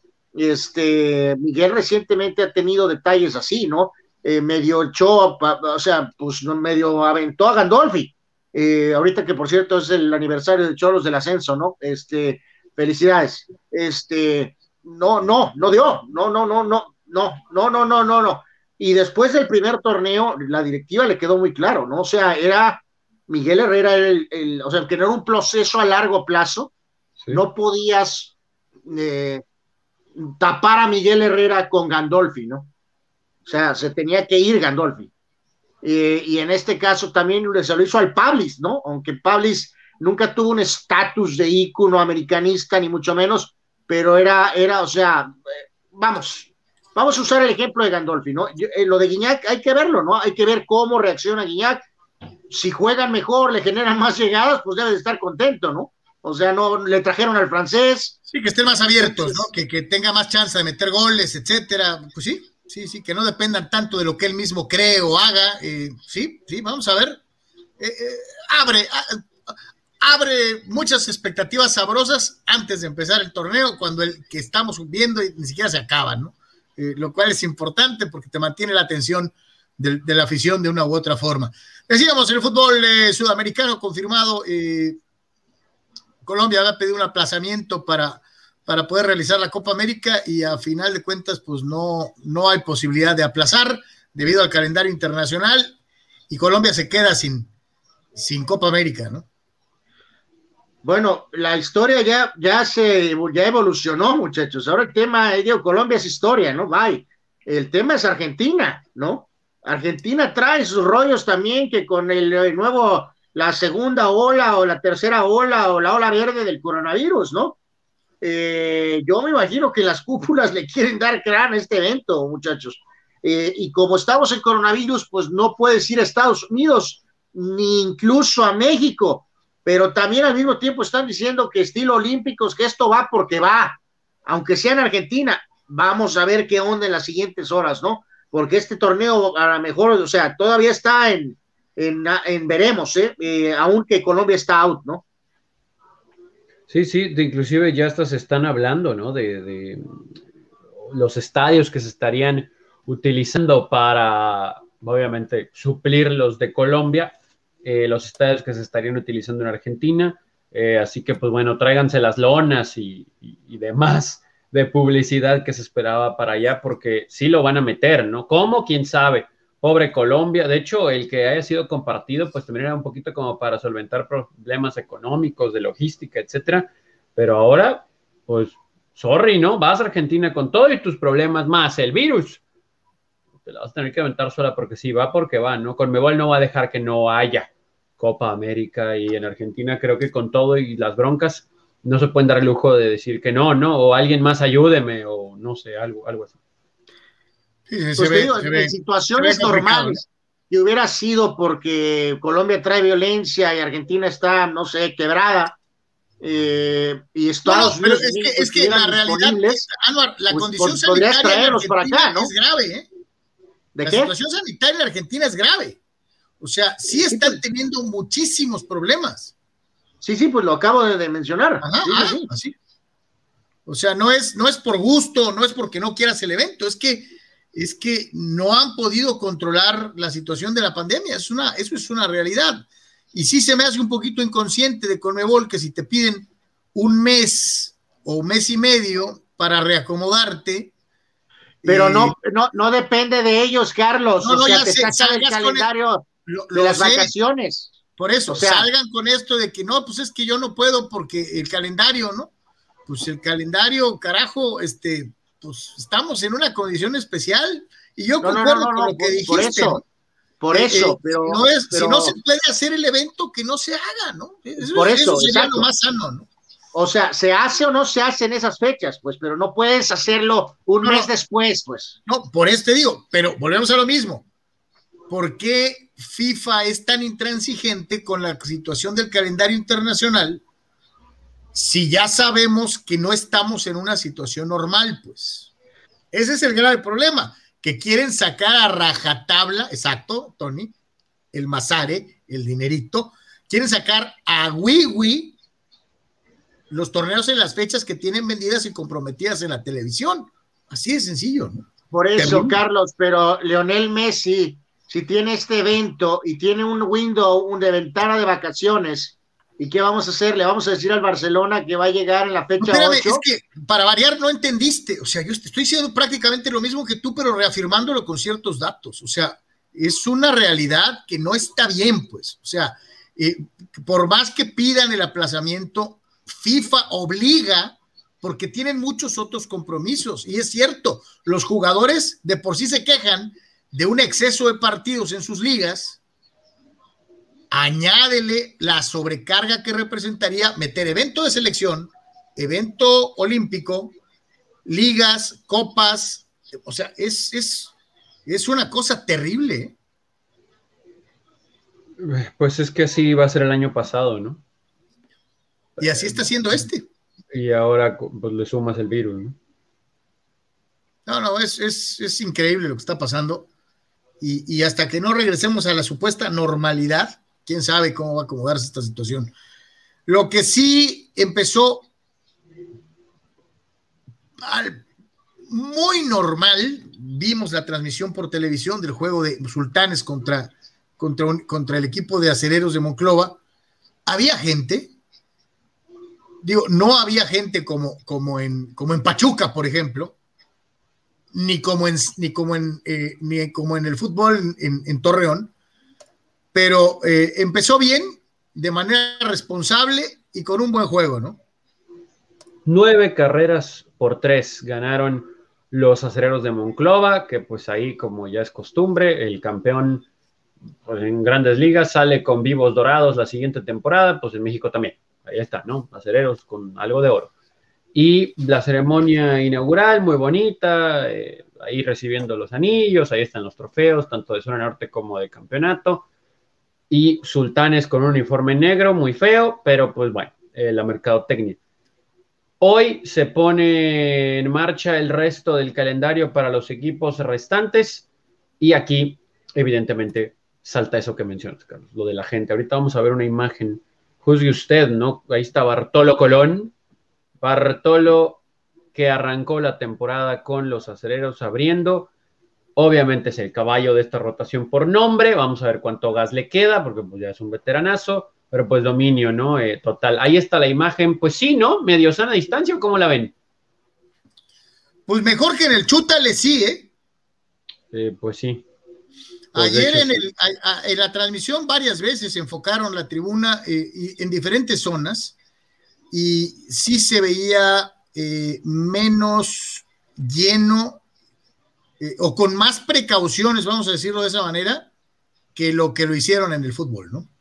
este, Miguel recientemente ha tenido detalles así, ¿no? Eh, medio echó, o sea, pues medio aventó a Gandolfi, eh, ahorita que por cierto es el aniversario de Cholos del Ascenso, ¿no? Este, felicidades. Este, no, no, no dio, no, no, no, no, no, no, no, no, no, no. Y después del primer torneo, la directiva le quedó muy claro, ¿no? O sea, era Miguel Herrera, el, el, o sea, que no era un proceso a largo plazo, sí. No podías eh, tapar a Miguel Herrera con Gandolfi, ¿no? O sea, se tenía que ir Gandolfi. Eh, y en este caso también se lo hizo al Pablis, ¿no? Aunque Pablis nunca tuvo un estatus de ícono americanista, ni mucho menos, pero era, era o sea, eh, vamos, vamos a usar el ejemplo de Gandolfi, ¿no? Yo, eh, lo de Guiñac hay que verlo, ¿no? Hay que ver cómo reacciona Guiñac. Si juegan mejor, le generan más llegadas, pues debe de estar contento, ¿no? O sea, no le trajeron al francés. Sí, que estén más abiertos, ¿no? Que, que tenga más chance de meter goles, etcétera. Pues sí. Sí, sí, que no dependan tanto de lo que él mismo cree o haga. Eh, sí, sí, vamos a ver. Eh, eh, abre, a, abre muchas expectativas sabrosas antes de empezar el torneo, cuando el que estamos viendo ni siquiera se acaba, ¿no? Eh, lo cual es importante porque te mantiene la atención de, de la afición de una u otra forma. Decíamos, en el fútbol eh, sudamericano confirmado, eh, Colombia va a pedir un aplazamiento para... para poder realizar la Copa América y a final de cuentas pues no, no hay posibilidad de aplazar debido al calendario internacional y Colombia se queda sin, sin Copa América, ¿no? Bueno, la historia ya, ya se ya evolucionó, muchachos. Ahora el tema, digo, Colombia es historia, ¿no? Bye. El tema es Argentina, ¿no? Argentina trae sus rollos también que con el, el nuevo, la segunda ola o la tercera ola o la ola verde del coronavirus, ¿no? Eh, yo me imagino que las cúpulas le quieren dar crán a este evento, muchachos. Eh, y como estamos en coronavirus, pues no puedes ir a Estados Unidos, ni incluso a México, pero también al mismo tiempo están diciendo que estilo olímpicos, que esto va porque va, aunque sea en Argentina. Vamos a ver qué onda en las siguientes horas, ¿no? Porque este torneo a lo mejor, o sea, todavía está en, en, en veremos, ¿eh? Eh, aunque Colombia está out, ¿no? Sí, sí, de, inclusive ya hasta se están hablando, ¿no? De, de los estadios que se estarían utilizando para, obviamente, suplir los de Colombia, eh, los estadios que se estarían utilizando en Argentina, eh, así que, pues bueno, tráiganse las lonas y, y, y demás de publicidad que se esperaba para allá, porque sí lo van a meter, ¿no? ¿Cómo? ¿Quién sabe? Pobre Colombia. De hecho, el que haya sido compartido, pues también era un poquito como para solventar problemas económicos, de logística, etcétera. Pero ahora, pues, sorry, ¿no? Vas a Argentina con todo y tus problemas, más el virus. Te la vas a tener que aventar sola porque sí, va porque va, ¿no? Conmebol no va a dejar que no haya Copa América y en Argentina creo que con todo y las broncas no se pueden dar el lujo de decir que no, ¿no? O alguien más ayúdeme o no sé, algo, algo así. Sí, pues te ve, digo, en ve, situaciones normales, que hubiera sido porque Colombia trae violencia y Argentina está, no sé, quebrada, eh, y Estados no, no, Unidos es que, es que la realidad es, Anuar, la pues, condición sanitaria en Argentina acá, ¿no? Es grave, ¿eh? ¿De la qué? situación sanitaria en Argentina es grave. O sea, sí están sí, pues, teniendo muchísimos problemas. Sí, sí, pues lo acabo de, de mencionar. Ajá, sí, ah, sí. Así. O sea, no es, no es por gusto, no es porque no quieras el evento, es que es que no han podido controlar la situación de la pandemia, es una, eso es una realidad, y sí se me hace un poquito inconsciente de Conmebol que si te piden un mes o un mes y medio para reacomodarte. Pero eh, no, no, no depende de ellos, Carlos, no, o no, sea, te sacan el calendario el, lo, lo de las sé, vacaciones. Por eso, o sea, salgan con esto de que no, pues es que yo no puedo porque el calendario, ¿no? Pues el calendario, carajo, este... pues estamos en una condición especial y yo no, concuerdo no, no, no, con lo que dijiste. Por eso, Por eso, eh, pero, no es, pero... si no se puede hacer el evento, que no se haga, ¿no? Eso, por eso, eso sería exacto. lo más sano, ¿no? O sea, se hace o no se hace en esas fechas, pues, pero no puedes hacerlo un no, mes no, después, pues. No, por eso te digo, pero volvemos a lo mismo. ¿Por qué FIFA es tan intransigente con la situación del calendario internacional si ya sabemos que no estamos en una situación normal, pues? Ese es el grave problema, que quieren sacar a rajatabla, exacto, Tony, el Mazare, el dinerito, quieren sacar a Wiwi los torneos en las fechas que tienen vendidas y comprometidas en la televisión. Así de sencillo, ¿no? Por eso, Terrible. Carlos, pero Lionel Messi, si tiene este evento y tiene un window, un de ventana de vacaciones, ¿y qué vamos a hacer? ¿Le vamos a decir al Barcelona que va a llegar en la fecha no, espérame, ocho? Es que para variar no entendiste. O sea, yo estoy diciendo prácticamente lo mismo que tú, pero reafirmándolo con ciertos datos. O sea, es una realidad que no está bien, pues. O sea, eh, por más que pidan el aplazamiento, FIFA obliga porque tienen muchos otros compromisos. Y es cierto, los jugadores de por sí se quejan de un exceso de partidos en sus ligas. Añádele la sobrecarga que representaría meter evento de selección, evento olímpico, ligas, copas. O sea, es, es, es una cosa terrible. Pues es que así va a ser el año pasado, ¿no? Y así está siendo este. Y ahora pues, le sumas el virus, ¿no? No, no, es, es, es increíble lo que está pasando. Y, y hasta que no regresemos a la supuesta normalidad, quién sabe cómo va a acomodarse esta situación. Lo que sí empezó al, muy normal, vimos la transmisión por televisión del juego de Sultanes contra, contra, un, contra el equipo de Acereros de Monclova. Había gente, digo, no había gente como, como, en, como en Pachuca, por ejemplo, ni como en, ni como en, eh, ni como en el fútbol en, en, en Torreón, pero eh, empezó bien, de manera responsable y con un buen juego, ¿no? Nueve carreras por tres ganaron los Acereros de Monclova, que pues ahí, como ya es costumbre, el campeón pues, en Grandes Ligas sale con vivos dorados la siguiente temporada, pues en México también. Ahí está, ¿no? Acereros con algo de oro. Y la ceremonia inaugural, muy bonita, eh, ahí recibiendo los anillos, ahí están los trofeos, tanto de zona norte como de campeonato. Y Sultanes con un uniforme negro, muy feo, pero pues bueno, eh, la mercadotecnia. Hoy se pone en marcha el resto del calendario para los equipos restantes y aquí, evidentemente, salta eso que mencionas, Carlos, lo de la gente. Ahorita vamos a ver una imagen, juzgue usted, ¿no? Ahí está Bartolo Colón, Bartolo que arrancó la temporada con los Acereros abriendo. Obviamente es el caballo de esta rotación por nombre. Vamos a ver cuánto gas le queda, porque pues ya es un veteranazo, pero pues dominio, ¿no? Eh, total. Ahí está la imagen. Pues sí, ¿no? Medio sana distancia, ¿o cómo la ven? Pues mejor que en el Chútale, sí, ¿eh? eh pues sí. Pues Ayer hecho, en, el, a, a, en la transmisión varias veces enfocaron la tribuna eh, y en diferentes zonas y sí se veía eh, menos lleno eh, o con más precauciones, vamos a decirlo de esa manera, que lo que lo hicieron en el fútbol, ¿no?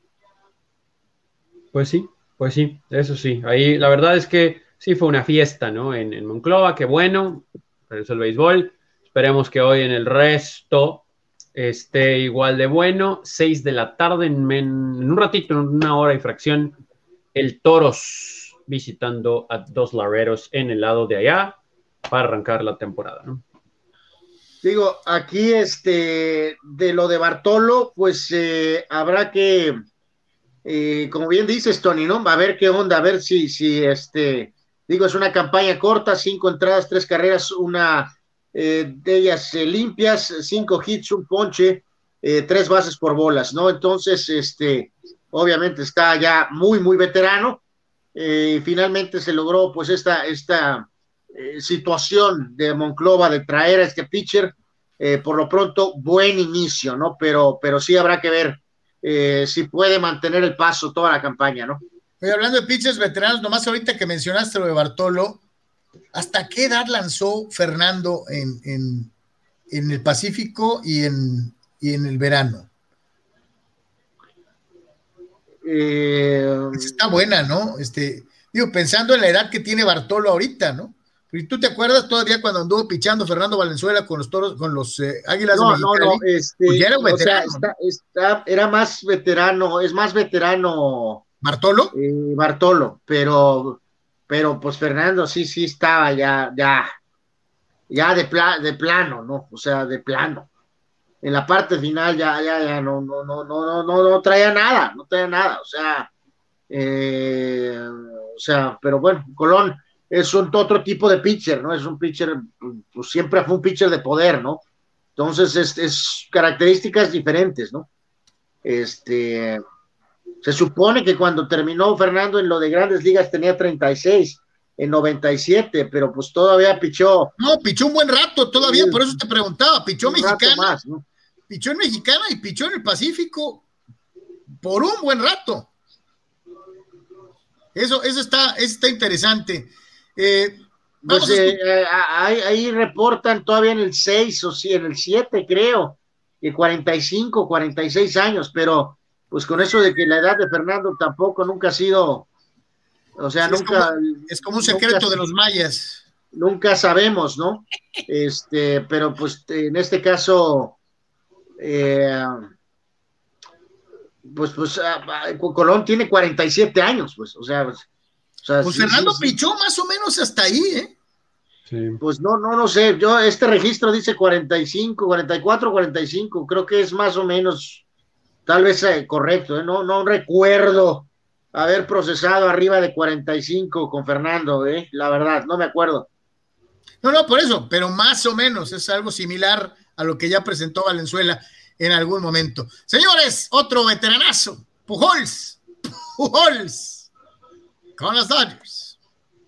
Pues sí, pues sí, eso sí. Ahí la verdad es que sí fue una fiesta, ¿no? En, en Monclova, qué bueno, regresó el béisbol. Esperemos que hoy en el resto esté igual de bueno. Seis de la tarde, en, en un ratito, en una hora y fracción, el Toros visitando a Dos Lareros en el lado de allá para arrancar la temporada, ¿no? Digo, aquí este, de lo de Bartolo, pues eh, habrá que, eh, como bien dices, Tony, ¿no? A ver qué onda, a ver si, si este, digo, es una campaña corta, cinco entradas, tres carreras, una eh, de ellas eh, limpias, cinco hits, un ponche, eh, tres bases por bolas, ¿no? Entonces, este, obviamente está ya muy, muy veterano. Eh, finalmente se logró, pues, esta, esta eh, situación de Monclova de traer a este pitcher. Eh, por lo pronto, buen inicio, ¿no? Pero, pero sí habrá que ver eh, si puede mantener el paso toda la campaña, ¿no? Oye, hablando de pitchers veteranos, nomás ahorita que mencionaste lo de Bartolo, ¿hasta qué edad lanzó Fernando en, en, en el Pacífico y en, y en el verano? Eh, Está buena, ¿no? Este, digo, pensando en la edad que tiene Bartolo ahorita, ¿no? ¿Y tú te acuerdas todavía cuando anduvo pichando Fernando Valenzuela con los toros, con los eh, Águilas no, de Mexicali? no, no, este, Pues ya era un o sea, veterano, está, ¿no? está, era más veterano, es más veterano ¿Bartolo? eh, Bartolo, pero, pero pues Fernando sí, sí estaba ya, ya, ya de, pla, de plano, ¿no? O sea, de plano. En la parte final ya, ya, ya no, no, no, no, no, no, no traía nada, no traía nada, o sea, eh, o sea, pero bueno, Colón es un otro tipo de pitcher, ¿no? Es un pitcher, pues siempre fue un pitcher de poder, ¿no? Entonces es, es características diferentes, ¿no? Este, se supone que cuando terminó Fernando en lo de Grandes Ligas tenía treinta y seis, en noventa y siete, pero pues todavía pichó. No, pichó un buen rato todavía, por eso te preguntaba, pichó mexicana, más, ¿no? pichó en Mexicana y pichó en el Pacífico por un buen rato. Eso, eso está, eso está interesante. Eh, pues eh, eh, ahí, ahí reportan todavía en el seis o sí, en el siete creo, que cuarenta y cinco, cuarenta y seis años, pero pues con eso de que la edad de Fernando tampoco nunca ha sido, o sea, sí, nunca... Es como, es como un secreto nunca, de los mayas. Nunca sabemos, ¿no? Este, pero pues en este caso, eh, pues, pues uh, Colón tiene cuarenta y siete años, pues, o sea... Pues, o sea, pues sí, Fernando sí, sí. pichó más o menos hasta ahí, ¿eh? Sí. Pues no, no, no sé, yo, este registro dice cuarenta y cinco, cuarenta y cuatro, cuarenta y cinco, creo que es más o menos, tal vez eh, correcto, ¿eh? no, no recuerdo haber procesado arriba de cuarenta y cinco con Fernando, ¿eh? La verdad, no me acuerdo. No, no, por eso, pero más o menos es algo similar a lo que ya presentó Valenzuela en algún momento. Señores, otro veteranazo, Pujols, Pujols, con los Dodgers.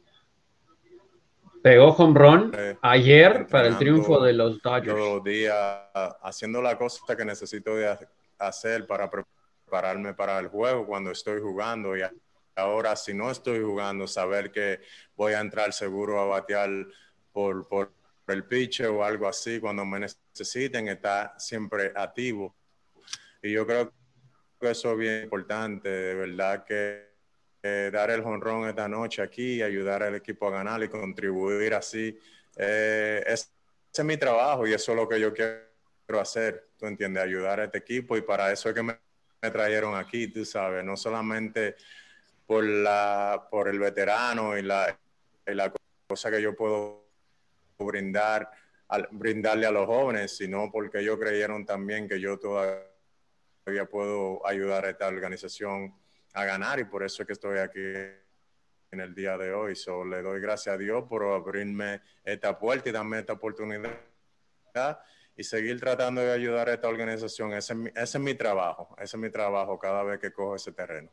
Pegó home run eh, ayer para el triunfo de los Dodgers. Todos los días haciendo la cosa que necesito de hacer para prepararme para el juego cuando estoy jugando, y ahora si no estoy jugando, saber que voy a entrar seguro a batear por, por el pitcher o algo así cuando me necesiten, estar siempre activo. Y yo creo que eso es bien importante, de verdad que Eh, dar el jonrón esta noche aquí, ayudar al equipo a ganar y contribuir así. Eh, ese es mi trabajo y eso es lo que yo quiero hacer, ¿tú entiendes? Ayudar a este equipo, y para eso es que me, me trajeron aquí, tú sabes, no solamente por, la, por el veterano y la, y la cosa que yo puedo brindar, al, brindarle a los jóvenes, sino porque ellos creyeron también que yo todavía puedo ayudar a esta organización a ganar, y por eso es que estoy aquí en el día de hoy. So, le doy gracias a Dios por abrirme esta puerta y darme esta oportunidad y seguir tratando de ayudar a esta organización. Ese es mi, ese es mi trabajo, ese es mi trabajo cada vez que cojo ese terreno.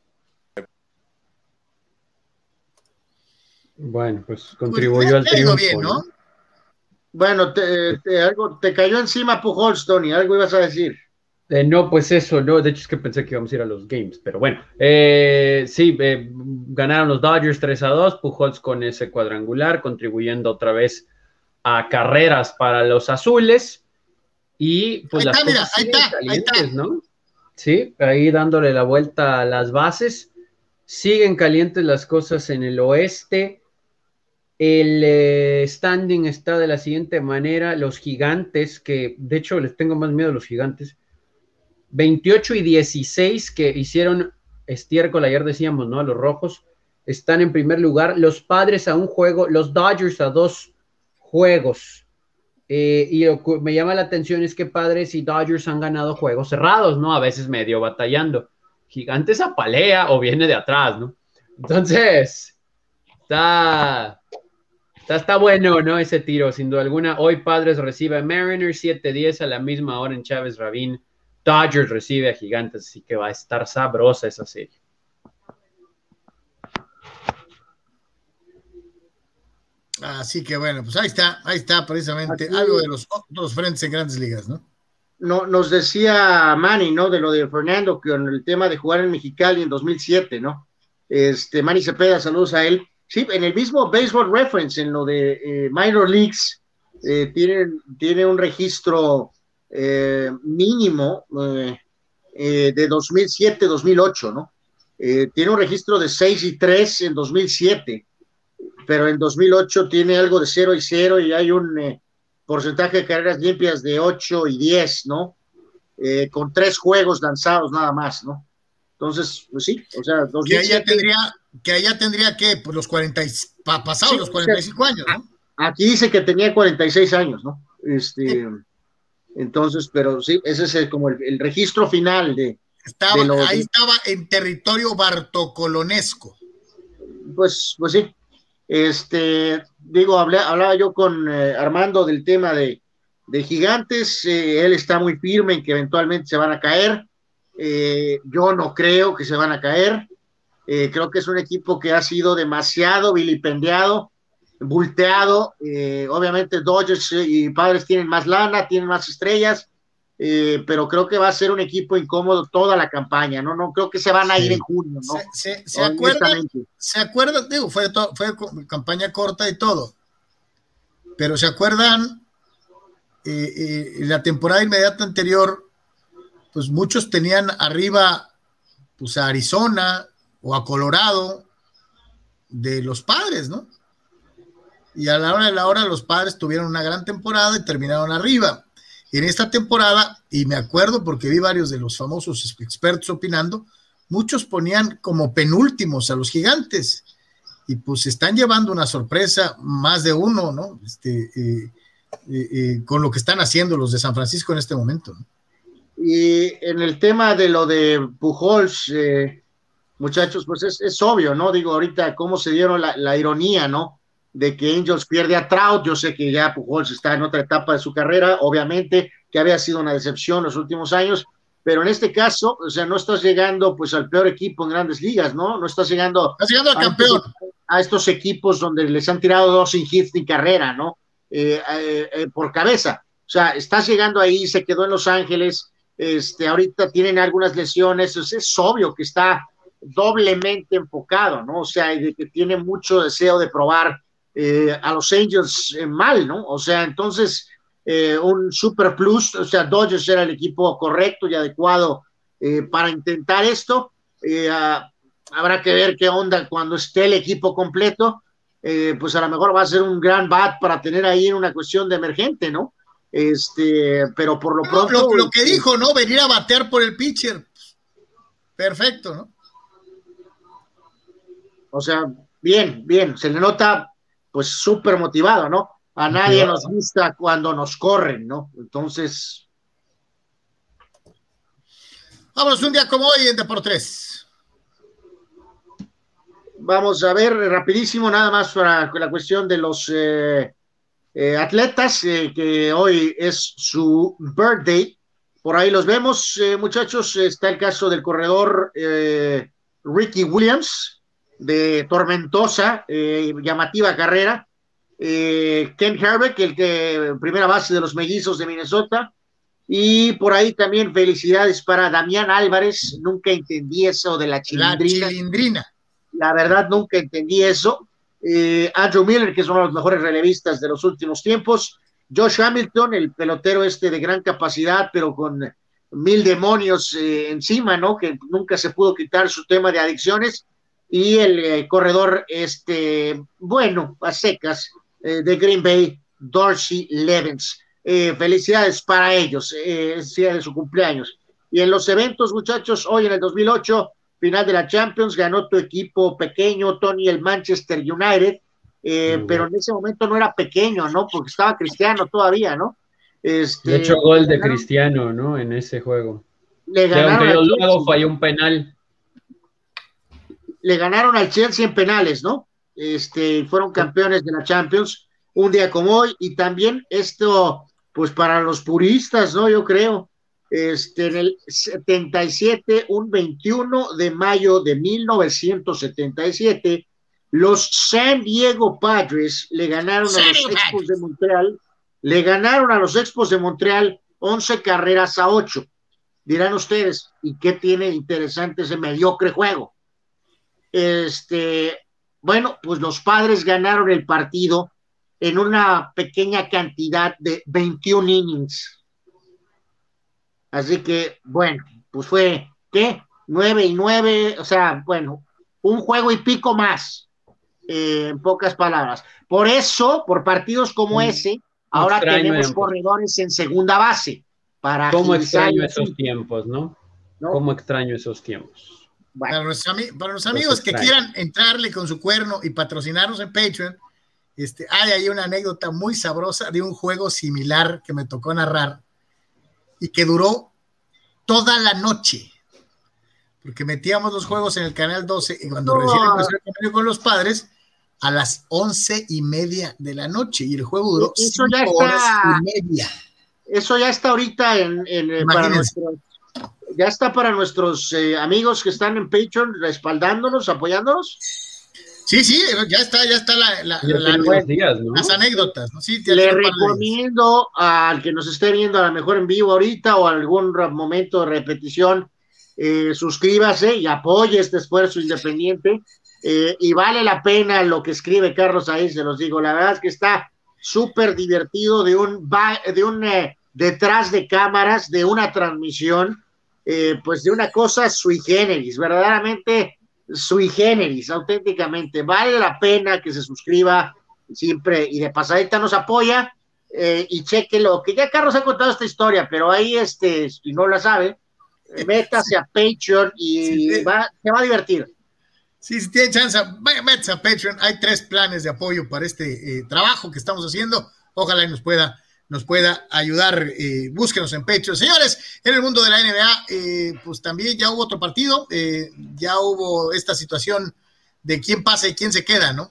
Bueno, pues contribuyó al triunfo, bien, ¿no? Bueno, te, te, algo, te cayó encima Pujols, Tony, algo ibas a decir. Eh, no, pues eso, no, de hecho es que pensé que íbamos a ir a los games, pero bueno, eh, sí, eh, ganaron los Dodgers tres a dos, Pujols con ese cuadrangular, contribuyendo otra vez a carreras para los azules, y pues ahí las está, cosas mira, siguen ahí está, calientes, ahí está. ¿no? Sí, ahí dándole la vuelta a las bases, siguen calientes las cosas en el oeste. El eh, standing está de la siguiente manera: los Gigantes, que de hecho les tengo más miedo a los Gigantes, veintiocho y dieciséis, que hicieron estiércol, ayer decíamos, ¿no? A los rojos, están en primer lugar, los Padres a un juego, los Dodgers a dos juegos, eh, y lo que me llama la atención es que Padres y Dodgers han ganado juegos cerrados, ¿no? A veces medio batallando. Gigantes apalea o viene de atrás, ¿no? Entonces, está... Está, está bueno, ¿no? Ese tiro, sin duda alguna. Hoy Padres recibe a Mariners siete diez a la misma hora en Chávez Rabín. Dodgers recibe a Gigantes, así que va a estar sabrosa esa serie. Así que bueno, pues ahí está, ahí está precisamente Aquí, algo de los otros frentes en Grandes Ligas, ¿no? No, nos decía Manny, ¿no? De lo de Fernando, que con el tema de jugar en Mexicali en dos mil siete, ¿no? Este, Manny Cepeda, saludos a él. Sí, en el mismo Baseball Reference, en lo de eh, Minor Leagues, eh, tiene, tiene un registro eh, mínimo eh, eh, de dos mil siete, dos mil ocho, ¿no? Eh, tiene un registro de seis y tres en dos mil siete, pero en dos mil ocho tiene algo de cero y cero y hay un eh, porcentaje de carreras limpias de ocho y diez, ¿no? Eh, con tres juegos lanzados nada más, ¿no? Entonces, pues sí, o sea, dos mil siete, que allá tendría, que allá tendría que, pues los cuarenta, pasados sí, los cuarenta y cinco o sea, años, ¿no? Aquí dice que tenía cuarenta y seis años, ¿no? Este, sí. Entonces, pero sí, ese es el, como el, el registro final de, estaba, de los, ahí estaba en territorio bartocolonesco. Pues, pues sí. Este, digo, hablé, hablaba yo con eh, Armando del tema de, de Gigantes, eh, él está muy firme en que eventualmente se van a caer, eh, yo no creo que se van a caer, eh, creo que es un equipo que ha sido demasiado vilipendiado, volteado, eh, obviamente Dodgers y Padres tienen más lana, tienen más estrellas, eh, pero creo que va a ser un equipo incómodo toda la campaña, no, no creo que se van a sí. ir en junio, ¿no? Se, se, se acuerdan, se acuerdan, digo, fue, to, fue campaña corta y todo, pero se acuerdan eh, eh, la temporada inmediata anterior, pues muchos tenían arriba pues a Arizona o a Colorado de los Padres, ¿no? Y a la hora de la hora los Padres tuvieron una gran temporada y terminaron arriba. En esta temporada, y me acuerdo porque vi varios de los famosos expertos opinando, muchos ponían como penúltimos a los Gigantes, y pues están llevando una sorpresa, más de uno, ¿no? Este, eh, eh, eh, con lo que están haciendo los de San Francisco en este momento, ¿no? Y en el tema de lo de Pujols, eh, muchachos, pues es, es obvio, ¿no? Digo, ahorita cómo se dieron la, la ironía, ¿no? De que Angels pierde a Trout, yo sé que ya Pujols está en otra etapa de su carrera, obviamente, que había sido una decepción los últimos años, pero en este caso, o sea, no estás llegando pues al peor equipo en Grandes Ligas, ¿no? No estás llegando, estás llegando al campeón. Estos, a estos equipos donde les han tirado dos sin hits en carrera, ¿no? Eh, eh, eh, por cabeza, o sea, estás llegando ahí, se quedó en Los Ángeles, este, ahorita tienen algunas lesiones, o sea, es obvio que está doblemente enfocado, ¿no? O sea, de que tiene mucho deseo de probar Eh, a los Angels eh, mal, ¿no? O sea, entonces eh, un super plus, o sea, Dodgers era el equipo correcto y adecuado eh, para intentar esto. Eh, uh, habrá que ver qué onda cuando esté el equipo completo. Eh, pues a lo mejor va a ser un gran bat para tener ahí en una cuestión de emergente, ¿no? Este, pero por lo no, pronto. Lo, lo que eh, dijo, ¿no? Venir a batear por el pitcher. Perfecto, ¿no? O sea, bien, bien, se le nota pues súper motivado, ¿no? A nadie nos gusta cuando nos corren, ¿no? Entonces. Vámonos un día como hoy en Deportes. Vamos a ver rapidísimo, nada más para la cuestión de los eh, eh, atletas, eh, que hoy es su birthday. Por ahí los vemos, eh, muchachos. Está el caso del corredor eh, Ricky Williams, de tormentosa, eh, llamativa carrera. Eh, Ken Harvick, el que primera base de los Mellizos de Minnesota, y por ahí también felicidades para Damián Álvarez. Nunca entendí eso de la chilindrina. La chilindrina. La verdad, nunca entendí eso. Eh, Andrew Miller, que es uno de los mejores relevistas de los últimos tiempos. Josh Hamilton, el pelotero este de gran capacidad, pero con mil demonios eh, encima, ¿no? Que nunca se pudo quitar su tema de adicciones. Y el eh, corredor, este, bueno, a secas, eh, de Green Bay, Dorsey Levens. Eh, felicidades para ellos, eh, es día de su cumpleaños. Y en los eventos, muchachos, hoy en el dos mil ocho, final de la Champions, ganó tu equipo pequeño, Tony, el Manchester United, eh, pero en ese momento no era pequeño, ¿no? Porque estaba Cristiano todavía, ¿no? Este, de hecho, gol de ganaron, Cristiano, ¿no? En ese juego. Le ganaron aunque luego falló un penal. Le ganaron al Chelsea en penales, ¿no? Este, fueron campeones de la Champions un día como hoy, y también esto, pues para los puristas, ¿no? Yo creo, este, en el setenta y siete, un veintiuno de mayo de mil novecientos setenta y siete, los San Diego Padres le ganaron a los Expos de Montreal, le ganaron a los Expos de Montreal once carreras a ocho. Dirán ustedes, ¿y qué tiene interesante ese mediocre juego? Este, bueno, pues los Padres ganaron el partido en una pequeña cantidad de veintiún innings. Así que, bueno, pues fue, ¿qué? nueve y nueve, o sea, bueno, un juego y pico más, eh, en pocas palabras. Por eso, por partidos como Sí. ese, ahora Extraño, tenemos Ian. corredores en segunda base para ¿Cómo agilizar extraño el esos asunto, tiempos, no? ¿no? ¿Cómo extraño esos tiempos? Bueno, Para nuestros, ami- para los Los amigos que extraño. quieran entrarle con su cuerno y patrocinarnos en Patreon, este, hay ahí una anécdota muy sabrosa de un juego similar que me tocó narrar y que duró toda la noche, porque metíamos los juegos en el canal doce y cuando No. recién empezó el cambio con los padres, a las once y media de la noche, y el juego duró Eso ya cinco horas está- y media. eso ya está ahorita en, en, eh, para Imagínense. nuestros, ya está para nuestros eh, amigos que están en Patreon respaldándonos, apoyándonos. Sí, sí, ya está, ya está la, la- Ya la- tiene unos días, ¿no? las anécdotas, ¿no? Sí, ya Le tiene un par de días. recomiendo al que nos esté viendo a lo mejor en vivo ahorita o algún ra- momento de repetición, eh, suscríbase y apoye este esfuerzo independiente, eh, y vale la pena lo que escribe Carlos ahí, se los digo, la verdad es que está súper divertido de un, ba- de un eh, detrás de cámaras, de una transmisión, eh, pues de una cosa sui generis, verdaderamente sui generis, auténticamente, vale la pena que se suscriba siempre y de pasadita nos apoya, eh, y cheque lo que ya Carlos ha contado esta historia, pero ahí este, si no la sabe, eh, métase a Patreon y Sí. va, se va a divertir. Sí, si tiene chance, vaya, métase a Patreon. Hay tres planes de apoyo para este eh, trabajo que estamos haciendo. Ojalá y nos pueda, nos pueda ayudar. Eh, búsquenos en Patreon. Señores, en el mundo de la N B A, eh, pues también ya hubo otro partido. Eh, ya hubo esta situación de quién pasa y quién se queda, ¿no?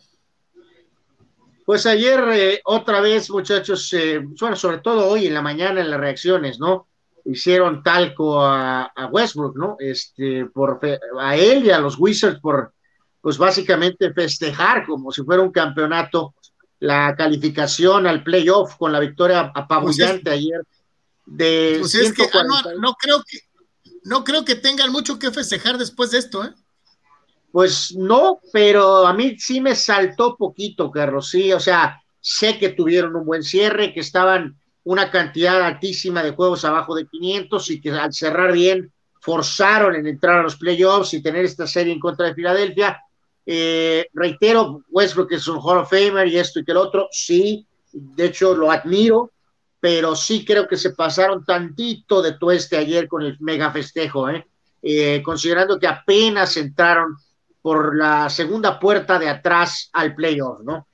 Pues ayer, eh, otra vez, muchachos, eh, bueno, sobre todo hoy en la mañana en las reacciones, ¿no? Hicieron talco a, a Westbrook, ¿no? Este, por fe- a él y a los Wizards por, pues básicamente festejar como si fuera un campeonato la calificación al playoff con la victoria apabullante Pues ayer de Pues es que ah, ciento cuarenta. no, no creo que no creo que tengan mucho que festejar después de esto, ¿eh? Pues no, pero a mí sí me saltó poquito, Carlos, sí, o sea, sé que tuvieron un buen cierre, que estaban una cantidad altísima de juegos abajo de quinientos y que al cerrar bien forzaron en entrar a los playoffs y tener esta serie en contra de Filadelfia. Eh, reitero, Westbrook es un Hall of Famer y esto y que el otro, sí, de hecho lo admiro, pero sí creo que se pasaron tantito de tueste ayer con el mega festejo, ¿eh? Eh, considerando que apenas entraron por la segunda puerta de atrás al playoff, ¿no?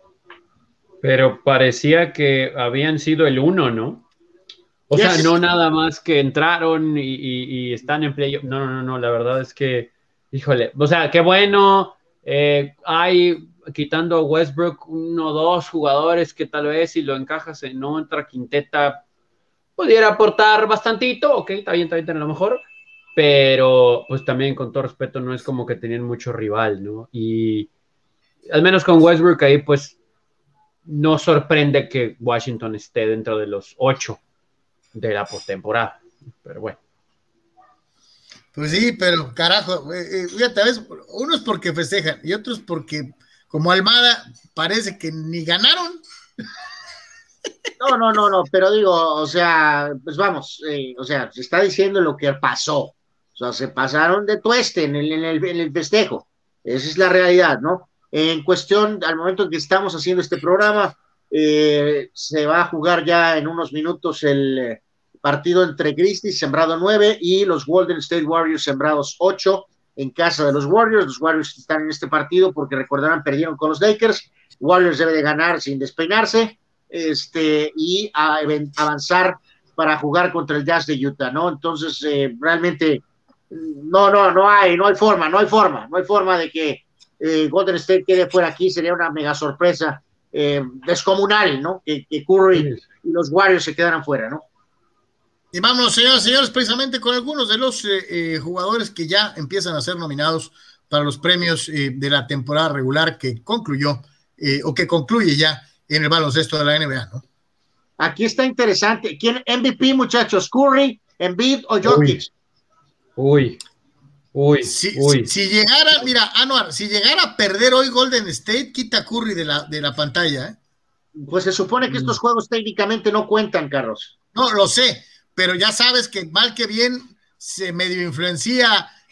Pero parecía que habían sido el uno, ¿no? O Yes. sea, no nada más que entraron y, y- y están en playoff. No, no, no, la verdad es que, híjole, o sea, qué bueno. eh, hay, quitando a Westbrook, uno o dos jugadores que tal vez si lo encajas en otra quinteta pudiera aportar bastantito. Ok, está bien, está bien, a lo mejor. Pero, pues también, con todo respeto, no es como que tenían mucho rival, ¿no? Y al menos con Westbrook ahí, pues, no sorprende que Washington esté dentro de los ocho de la postemporada. Pero bueno. Pues sí, pero carajo, eh, eh, fíjate, ¿ves? Uno es porque festejan y otros porque como Almada parece que ni ganaron. No, no, no, no, pero digo, o sea, pues vamos, eh, o sea, se está diciendo lo que pasó. O sea, se pasaron de tueste en el, en el, en el festejo. Esa es la realidad, ¿no? En cuestión, al momento en que estamos haciendo este programa, eh, se va a jugar ya en unos minutos el eh, partido entre Grizzlies, sembrado nueve, y los Golden State Warriors, sembrados ocho, en casa de los Warriors. Los Warriors están en este partido porque, recordarán, perdieron con los Lakers. Warriors debe de ganar sin despeinarse, este, y a, avanzar para jugar contra el Jazz de Utah, ¿no? Entonces, eh, realmente, no, no, no hay, no hay forma, no hay forma, no hay forma de que eh, Golden State quede fuera aquí. Sería una mega sorpresa eh, descomunal, ¿no? Que, que Curry y los Warriors se quedaran fuera, ¿no? Y vamos, señores, señores, precisamente con algunos de los eh, eh, jugadores que ya empiezan a ser nominados para los premios eh, de la temporada regular que concluyó, eh, o que concluye ya en el baloncesto de la N B A, ¿no? Aquí está interesante. ¿Quién M V P, muchachos? ¿Curry, Embiid o Jokic? Uy, uy, Si, uy. si, si llegara, mira, Anuar, si llegara a perder hoy Golden State, quita a Curry de la, de la pantalla, ¿eh? Pues se supone que estos juegos técnicamente no cuentan, Carlos. No, lo sé, pero ya sabes que mal que bien se medio influencia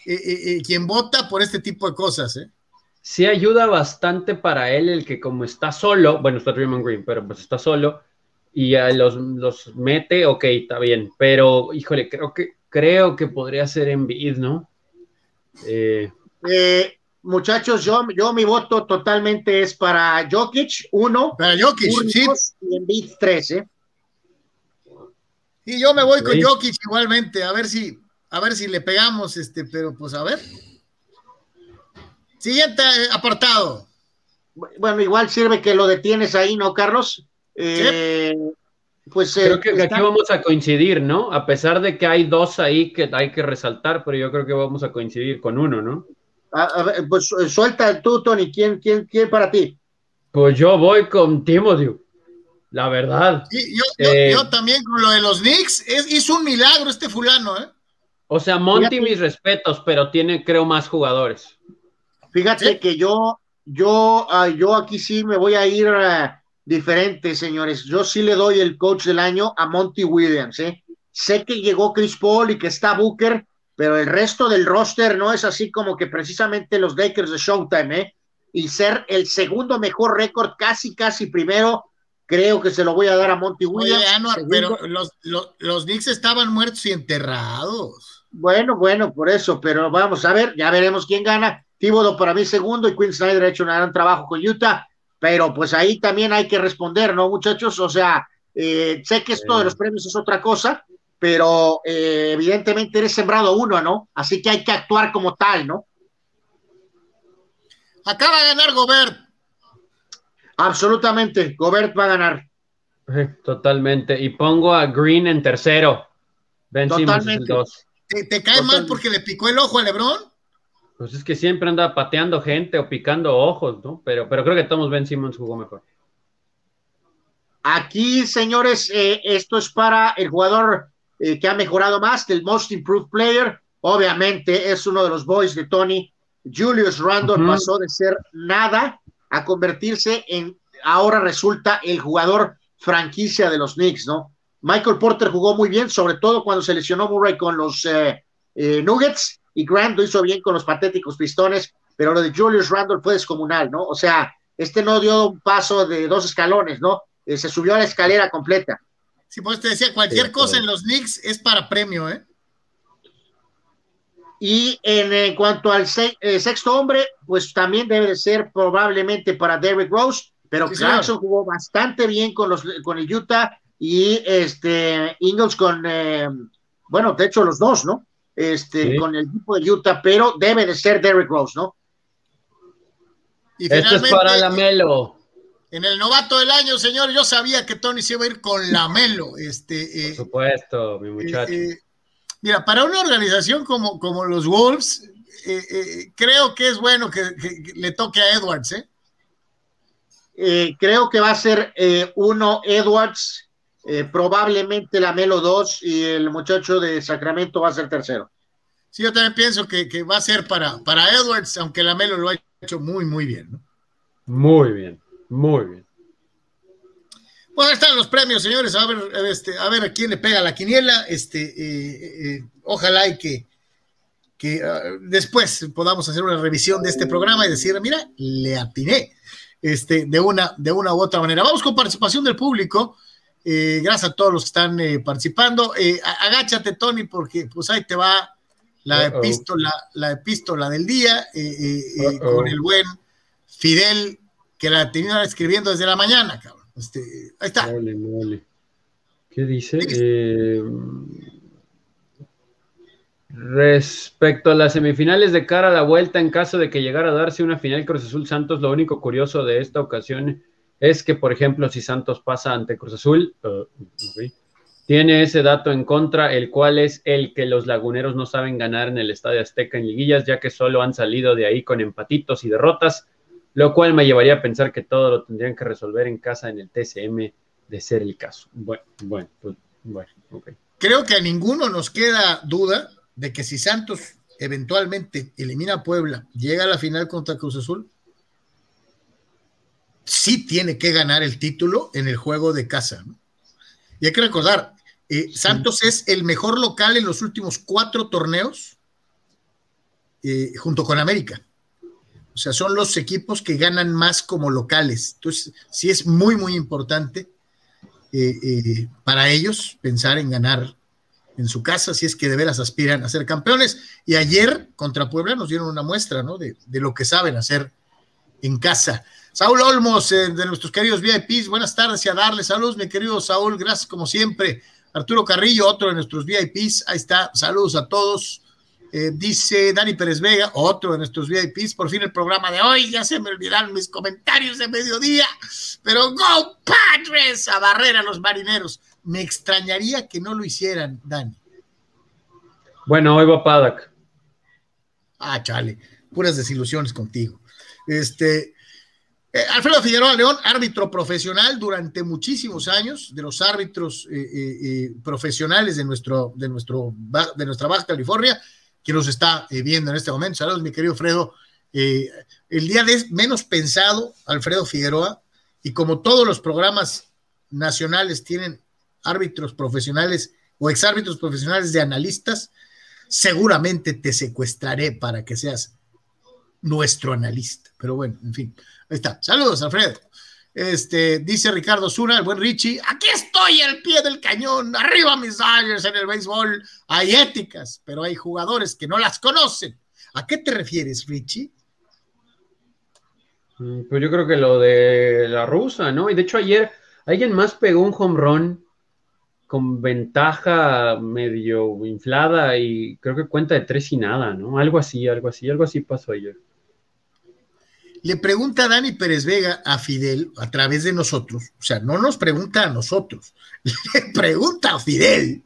eh, eh, quien vota por este tipo de cosas, ¿eh? Sí ayuda bastante para él el que como está solo, bueno, está Draymond Green, pero pues está solo y uh, los, los mete, ok, está bien, pero híjole, creo que creo que podría ser Embiid, ¿no? Eh, eh, muchachos, yo, yo mi voto totalmente es para Jokic, uno, para Jokic, Curry, sí. dos, y Embiid, tres, ¿eh? Y yo me voy okay. con Jokic igualmente, a ver si, a ver si le pegamos, este, pero pues a ver. Siguiente apartado. Bueno, igual sirve que lo detienes ahí, ¿no, Carlos? Eh, sí. Pues creo eh, que, que aquí vamos a coincidir, ¿no? A pesar de que hay dos ahí que hay que resaltar, pero yo creo que vamos a coincidir con uno, ¿no? A, a ver, pues suelta tú, Tony, ¿quién, quién, quién para ti? Pues yo voy con Timothy, la verdad. Sí, yo, eh, yo, yo también con lo de los Knicks, es, hizo un milagro este fulano, ¿eh? O sea, Monty, fíjate, mis respetos, pero tiene, creo, más jugadores. Fíjate ¿sí? que yo, yo, uh, yo aquí sí me voy a ir uh, diferente, señores. Yo sí le doy el coach del año a Monty Williams, ¿eh? Sé que llegó Chris Paul y que está Booker, pero el resto del roster no es así como que precisamente los Lakers de Showtime, ¿eh? Y ser el segundo mejor récord, casi, casi primero, creo que se lo voy a dar a Monty Williams. Oye, Anuar, pero los, los, los Knicks estaban muertos y enterrados. Bueno, bueno, por eso, pero vamos a ver, ya veremos quién gana. Thibodeau para mí segundo y Quinn Snyder ha hecho un gran trabajo con Utah, pero pues ahí también hay que responder, ¿no, muchachos? O sea, eh, sé que esto de los premios es otra cosa, pero eh, evidentemente eres sembrado uno, ¿no? Así que hay que actuar como tal, ¿no? Acaba de ganar Gobert. Absolutamente, Gobert va a ganar. Totalmente, y pongo a Green en tercero. Ben Simmons es el dos. ¿Te, te cae Totalmente. mal porque le picó el ojo a LeBron? Pues es que siempre anda pateando gente o picando ojos, ¿no? Pero, pero creo que todos Ben Simmons jugó mejor. Aquí, señores, eh, esto es para el jugador eh, que ha mejorado más, el Most Improved Player. Obviamente es uno de los boys de Tony. Julius Randle uh-huh. pasó de ser nada a convertirse en, ahora resulta el jugador franquicia de los Knicks, ¿no? Michael Porter jugó muy bien, sobre todo cuando se lesionó Murray con los eh, eh, Nuggets, y Grant lo hizo bien con los patéticos Pistones, pero lo de Julius Randle fue descomunal, ¿no? O sea, este no dio un paso de dos escalones, ¿no? Eh, se subió a la escalera completa. Sí, pues te decía, cualquier sí, cosa en los Knicks es para premio, ¿eh? Y en, en cuanto al se, eh, sexto hombre, pues también debe de ser probablemente para Derrick Rose, pero sí, Clarkson señor. jugó bastante bien con, los, con el Utah, y este Ingles con, eh, bueno, de hecho los dos, ¿no? Este, sí. Con el equipo de Utah, pero debe de ser Derrick Rose, ¿no? Y Esto es para Lamelo. En el novato del año, señor, yo sabía que Tony se iba a ir con Lamelo. Este, eh, Por supuesto, mi muchacho. Eh, eh, mira, para una organización como, como los Wolves, eh, eh, creo que es bueno que, que, que le toque a Edwards, ¿eh? Eh, creo que va a ser eh, uno Edwards, eh, probablemente Lamelo dos, y el muchacho de Sacramento va a ser tercero. Sí, yo también pienso que, que va a ser para, para Edwards, aunque Lamelo lo ha hecho muy, muy bien, ¿no? Muy bien, muy bien. Bueno, ahí están los premios, señores. A ver, este, a ver a quién le pega la quiniela. Este, eh, eh, ojalá y que, que uh, después podamos hacer una revisión de este programa y decir, mira, le atiné. Este, de, una, de una u otra manera. Vamos con participación del público. Eh, gracias a todos los que están eh, participando. Eh, agáchate, Tony, porque pues ahí te va la Uh-oh. epístola, la epístola del día eh, eh, eh, con el buen Fidel, que la tenía escribiendo desde la mañana, cabrón. Este, ahí está. Mole, mole. ¿Qué dice? Eh, respecto a las semifinales de cara a la vuelta, en caso de que llegara a darse una final Cruz Azul Santos, lo único curioso de esta ocasión es que, por ejemplo, si Santos pasa ante Cruz Azul, uh, okay, tiene ese dato en contra, el cual es el que los laguneros no saben ganar en el Estadio Azteca en liguillas, ya que solo han salido de ahí con empatitos y derrotas, lo cual me llevaría a pensar que todo lo tendrían que resolver en casa en el T C M, de ser el caso. Bueno, bueno, pues, bueno, ok. Creo que a ninguno nos queda duda de que si Santos eventualmente elimina a Puebla, llega a la final contra Cruz Azul, sí tiene que ganar el título en el juego de casa, ¿no? Y hay que recordar, eh, sí. Santos es el mejor local en los últimos cuatro torneos eh, junto con América. O sea, son los equipos que ganan más como locales. Entonces, sí es muy, muy importante eh, eh, para ellos pensar en ganar en su casa, si es que de veras aspiran a ser campeones. Y ayer contra Puebla nos dieron una muestra, ¿no? De, de lo que saben hacer en casa. Saúl Olmos, eh, de nuestros queridos V I Ps, buenas tardes y a darle saludos, mi querido Saúl, gracias como siempre. Arturo Carrillo, otro de nuestros V I Ps, ahí está, saludos a todos. Eh, dice Dani Pérez Vega, otro de nuestros V I Ps, por fin el programa de hoy, ya se me olvidaron mis comentarios de mediodía, pero ¡Go Padres! A barrer a los marineros. Me extrañaría que no lo hicieran, Dani. Bueno, hoy va Paddock. Ah, chale, puras desilusiones contigo. Este, eh, Alfredo Figueroa León, árbitro profesional durante muchísimos años, de los árbitros eh, eh, eh, profesionales de, nuestro, de, nuestro, de nuestra Baja California, que nos está eh, viendo en este momento. Saludos, mi querido Fredo. Eh, el día de menos pensado, Alfredo Figueroa, y como todos los programas nacionales tienen árbitros profesionales o exárbitros profesionales de analistas, seguramente te secuestraré para que seas nuestro analista. Pero bueno, en fin, ahí está. Saludos, Alfredo. Este, dice Ricardo Zuna, el buen Richie, aquí estoy al pie del cañón, arriba mis Dodgers en el béisbol. Hay éticas, pero hay jugadores que no las conocen. ¿A qué te refieres, Richie? Pues yo creo que lo de la rusa, ¿no? Y de hecho ayer alguien más pegó un home run con ventaja medio inflada y creo que cuenta de tres y nada, ¿no? Algo así, algo así, algo así pasó ayer. Le pregunta Dani Pérez Vega a Fidel a través de nosotros, o sea, no nos pregunta a nosotros, le pregunta a Fidel,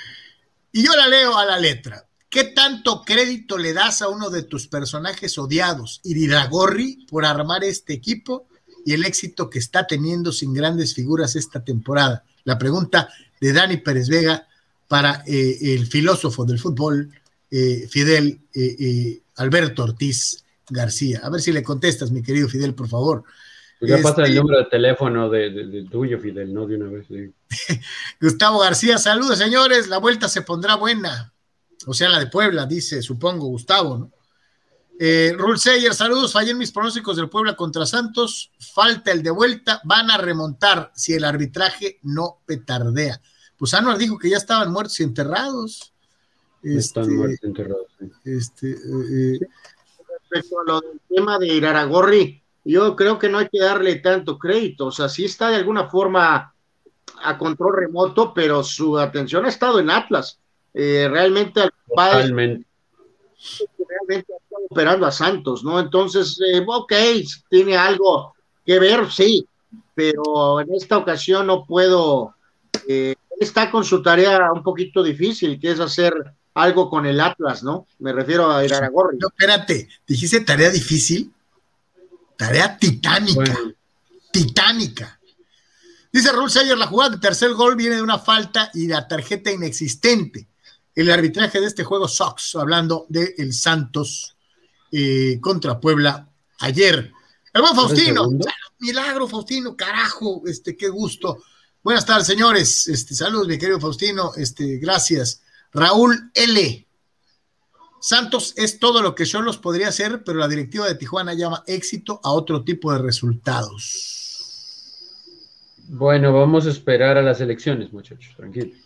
y yo la leo a la letra. ¿Qué tanto crédito le das a uno de tus personajes odiados, Iraragorri, por armar este equipo y el éxito que está teniendo sin grandes figuras esta temporada? La pregunta de Dani Pérez Vega para eh, el filósofo del fútbol, eh, Fidel eh, eh, Alberto Ortiz García. A ver si le contestas, mi querido Fidel, por favor. Pues ya este, pasa el número de teléfono de, de, de tuyo, Fidel, ¿no? De una vez. Sí. Gustavo García, saludos, señores. La vuelta se pondrá buena. O sea, la de Puebla, dice, supongo, Gustavo, ¿no? Eh, Rule Sayer, saludos. Fallé en mis pronósticos del Puebla contra Santos. Falta el de vuelta. Van a remontar si el arbitraje no petardea. Pues Anuar dijo que ya estaban muertos y enterrados. Están Este, muertos y enterrados. Sí. Este, eh, Respecto a lo del tema de Iraragorri, yo creo que no hay que darle tanto crédito. O sea, sí está de alguna forma a control remoto, pero su atención ha estado en Atlas. Eh, realmente al padre Totalmente. realmente ha estado operando a Santos, ¿no? Entonces, eh, ok, tiene algo que ver, sí, pero en esta ocasión no puedo, eh, está con su tarea un poquito difícil, que es hacer algo con el Atlas, ¿no? Me refiero a Iraragorri. no, espérate, dijiste tarea difícil, tarea titánica, Bueno. titánica. Dice Raúl Sayer, la jugada de tercer gol viene de una falta y la tarjeta inexistente. El arbitraje de este juego Sox, hablando de el Santos eh, contra Puebla ayer. El buen Faustino, milagro Faustino, carajo, este, qué gusto. Buenas tardes, señores. Este, saludos, mi querido Faustino, este, gracias. Raúl L. Santos es todo lo que Xolos podría hacer, pero la directiva de Tijuana llama éxito a otro tipo de resultados. Bueno, vamos a esperar a las elecciones, muchachos, tranquilos.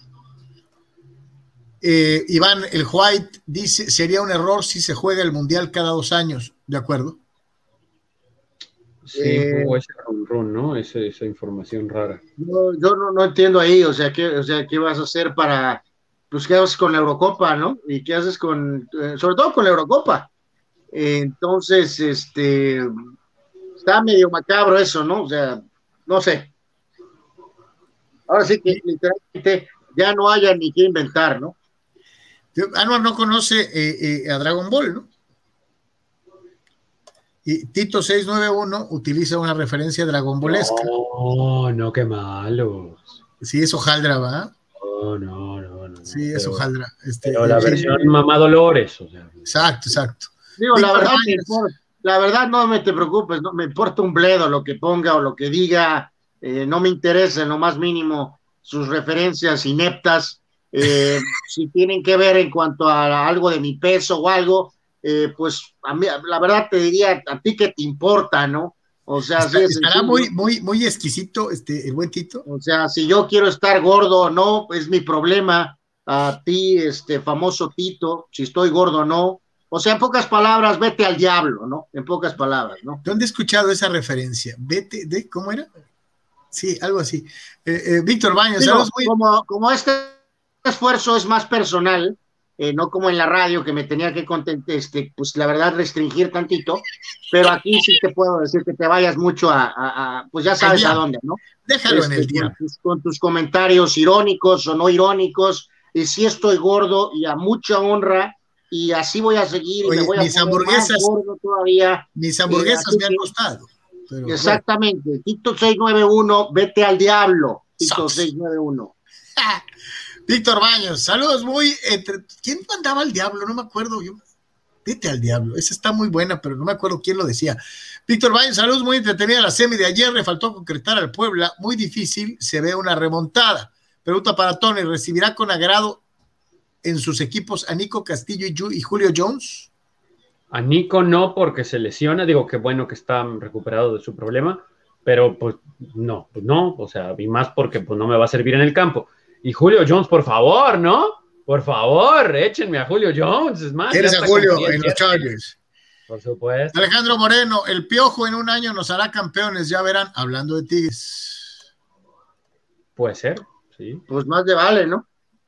Eh, Iván el White dice, sería un error si se juega el Mundial cada dos años, ¿de acuerdo? Sí, Eh, hubo ese run, run, ¿no? Ese, esa información rara. Yo, yo no, no entiendo ahí, o sea, ¿qué, o sea, ¿qué vas a hacer para, pues, qué haces con la Eurocopa, ¿no? Y qué haces con, eh, sobre todo con la Eurocopa. Eh, entonces, este, está medio macabro eso, ¿no? O sea, no sé. Ahora sí que literalmente ya no haya ni qué inventar, ¿no? Anuar no conoce eh, eh, a Dragon Ball, ¿no? Y Tito seiscientos noventa y uno utiliza una referencia dragonbolesca. No, no, qué malos. Sí, es hojaldra, ¿va? No, no, no, no. Sí, es pero, hojaldra. Este, pero la eh, versión Mamá Dolores, o sea. Exacto, exacto. Digo, la Víctor verdad, me Myers. importa, la verdad no me te preocupes, no me importa un bledo lo que ponga o lo que diga, eh, no me interesa en lo más mínimo sus referencias ineptas, eh, si tienen que ver en cuanto a algo de mi peso o algo, eh, pues a mí, la verdad te diría, a ti que te importa, ¿no? O sea, Está, sí es estará sencillo. muy, muy, muy exquisito este, el buen Tito. O sea, si yo quiero estar gordo o no, es mi problema. A ti, este famoso Tito, si estoy gordo o no. O sea, en pocas palabras, vete al diablo, ¿no? En pocas palabras, ¿no? ¿Dónde he escuchado esa referencia? Vete, de, ¿cómo era? Sí, algo así. Eh, eh, Víctor Baños, Digo, saludos muy... como, como este esfuerzo es más personal, eh, no como en la radio que me tenía que content- este, pues la verdad restringir tantito, pero aquí sí te puedo decir que te vayas mucho a, a, a pues ya sabes a dónde, ¿no? Déjalo Este, en el con, diablo. tus, con tus comentarios irónicos o no irónicos, y sí estoy gordo y a mucha honra, y así voy a seguir y Oye, me voy a mis poner hamburguesas, más gordo todavía. mis Eh, hamburguesas así me han que, costado. Pero, exactamente, bueno. Tito seiscientos noventa y uno, vete al diablo, Tito Sox. seiscientos noventa y uno. Víctor Baños, saludos muy... Entre... ¿Quién mandaba al diablo? No me acuerdo yo. Vete al diablo, esa está muy buena, pero no me acuerdo quién lo decía. Víctor Baños, saludos, muy entretenida la semi de ayer, le faltó concretar al Puebla, muy difícil, se ve una remontada. Pregunta para Tony, ¿recibirá con agrado en sus equipos a Nico Castillo y, Ju- y Julio Jones? A Nico no, porque se lesiona, digo que bueno que está recuperado de su problema, pero pues no, pues no, o sea, y más porque pues no me va a servir en el campo. Y Julio Jones, por favor, ¿no? Por favor, échenme a Julio Jones, es más. ¿Quieres ya a hasta Julio compré en los Chargers? Por supuesto. Alejandro Moreno, el Piojo en un año nos hará campeones, ya verán, hablando de Tigres. Puede ser, sí. Pues más de vale, ¿no?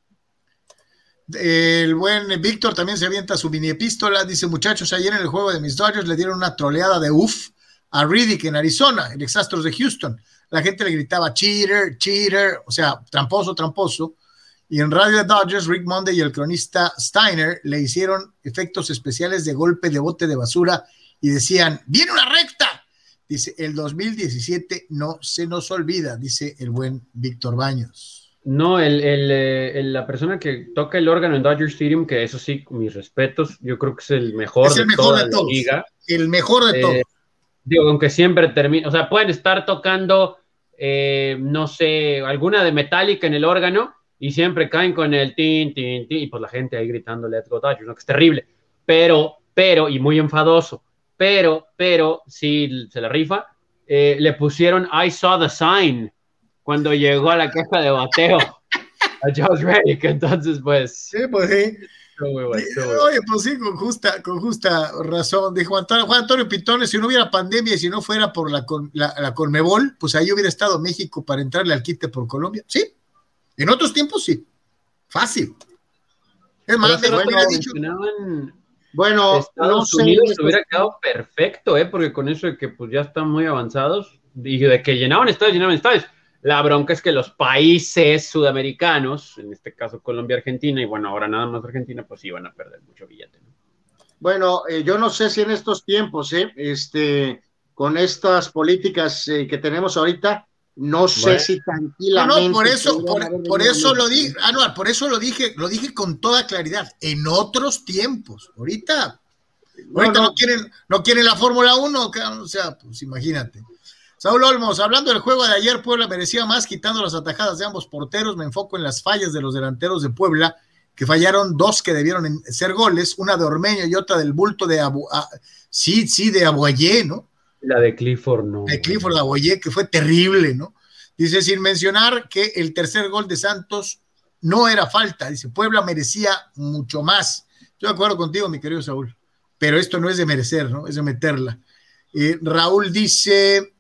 El buen Víctor también se avienta su mini epístola, dice, muchachos, ayer en el juego de mis Dodgers le dieron una troleada de uff a Riddick en Arizona, el exastros de Houston. La gente le gritaba cheater, cheater, o sea, tramposo, tramposo. Y en radio de Dodgers, Rick Monday y el cronista Steiner le hicieron efectos especiales de golpe de bote de basura y decían, ¡viene una recta! Dice, el dos mil diecisiete no se nos olvida, dice el buen Víctor Baños. No, el, el, el, la persona que toca el órgano en Dodger Stadium, que eso sí, mis respetos, yo creo que es el mejor es el de mejor toda de la todos. liga. El mejor de eh, todos. Digo, aunque siempre termina, o sea, pueden estar tocando, eh, no sé, alguna de Metallica en el órgano y siempre caen con el tin, tin, tin, y pues la gente ahí gritando Let's Go Dodgers, ¿no? Que es terrible, pero, pero, y muy enfadoso, pero, pero, sí se la rifa, eh, le pusieron I Saw the Sign cuando llegó a la caja de bateo a Josh Reddick, entonces pues... Sí, pues sí. Muy bueno, Sí, muy bueno. oye, pues sí, con justa, con justa razón. Dijo Antonio, Juan Antonio Pitones, si no hubiera pandemia y si no fuera por la, con, la, la Conmebol, pues ahí hubiera estado México para entrarle al quite por Colombia. Sí, en otros tiempos sí. Fácil. Es más, Pero de bueno, bueno, dicho, bueno, Estados no sé, Unidos estos... hubiera quedado perfecto, ¿eh? Porque con eso de que pues ya están muy avanzados y de que llenaban estadios, llenaban estadios. La bronca es que los países sudamericanos, en este caso Colombia, Argentina, y bueno, ahora nada más Argentina, pues iban a perder mucho billete, ¿no? Bueno, eh, yo no sé si en estos tiempos, eh, este, con estas políticas eh, que tenemos ahorita, no sé Bueno. si no, tranquilamente. no, por eso, pudieran por, haber por venido eso a lo México. dije, Anual, por eso lo dije, lo dije con toda claridad. En otros tiempos, ahorita, No, ahorita no, no. quieren, no quieren la Fórmula uno, o sea, pues imagínate. Saúl Olmos, hablando del juego de ayer, Puebla merecía más quitando las atajadas de ambos porteros. Me enfoco en las fallas de los delanteros de Puebla, que fallaron dos que debieron ser goles, una de Ormeño y otra del bulto de Abu, a, sí, sí, de Aboyé, ¿no? La de Clifford no. De Clifford Aboyé, que fue terrible, ¿no? Dice, sin mencionar que el tercer gol de Santos no era falta. Dice, Puebla merecía mucho más. Estoy de acuerdo contigo, mi querido Saúl, pero esto no es de merecer, ¿no? Es de meterla. Eh, Raúl dice,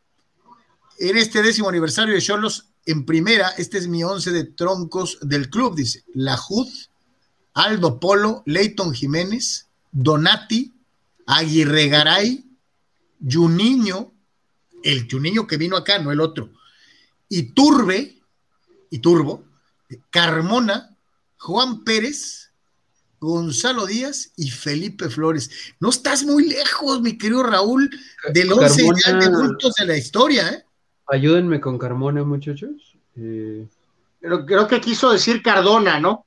en este décimo aniversario de Xolos, en primera, este es mi once de troncos del club, dice, Lajud, Aldo Polo, Leighton Jiménez, Donati, Aguirre Garay, Juninho, el Juninho que vino acá, no el otro, Iturbe, Iturbo, Carmona, Juan Pérez, Gonzalo Díaz y Felipe Flores. No estás muy lejos, mi querido Raúl, del once ideal de bultos de la historia, ¿eh? Ayúdenme con Carmona, muchachos. Eh... Pero creo que quiso decir Cardona, ¿no?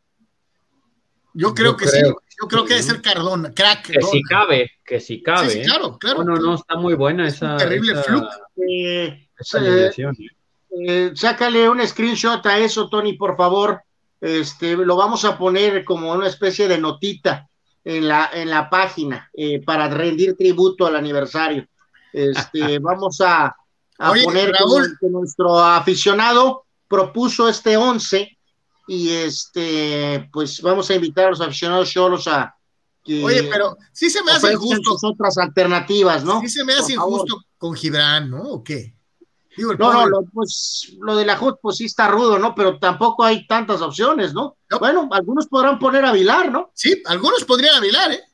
Yo creo Yo que creo sí, yo creo que debe ser Cardona, crack. Que si cabe, que si cabe. Sí, sí, claro, claro. No, no, no, está muy buena es esa. un terrible esa, fluke. Eh, esa eh, alineación. eh, sácale un screenshot a eso, Tony, por favor. Este, lo vamos a poner como una especie de notita en la, en la página eh, para rendir tributo al aniversario. Este, vamos a, a Oye, poner Raúl, que, que nuestro aficionado propuso este once y este, pues vamos a invitar a los aficionados cholos a que oye, pero sí se me hace ofrezcan injusto. sus otras alternativas, ¿no? Sí se me Por hace favor. injusto con Gibran, ¿no? ¿O qué? Digo, el No, no, pobre- lo, pues lo de la J U T pues sí está rudo, ¿no? Pero tampoco hay tantas opciones, ¿no? No. Bueno, algunos podrán poner a Vilar, ¿no? Sí, algunos podrían avilar, ¿eh?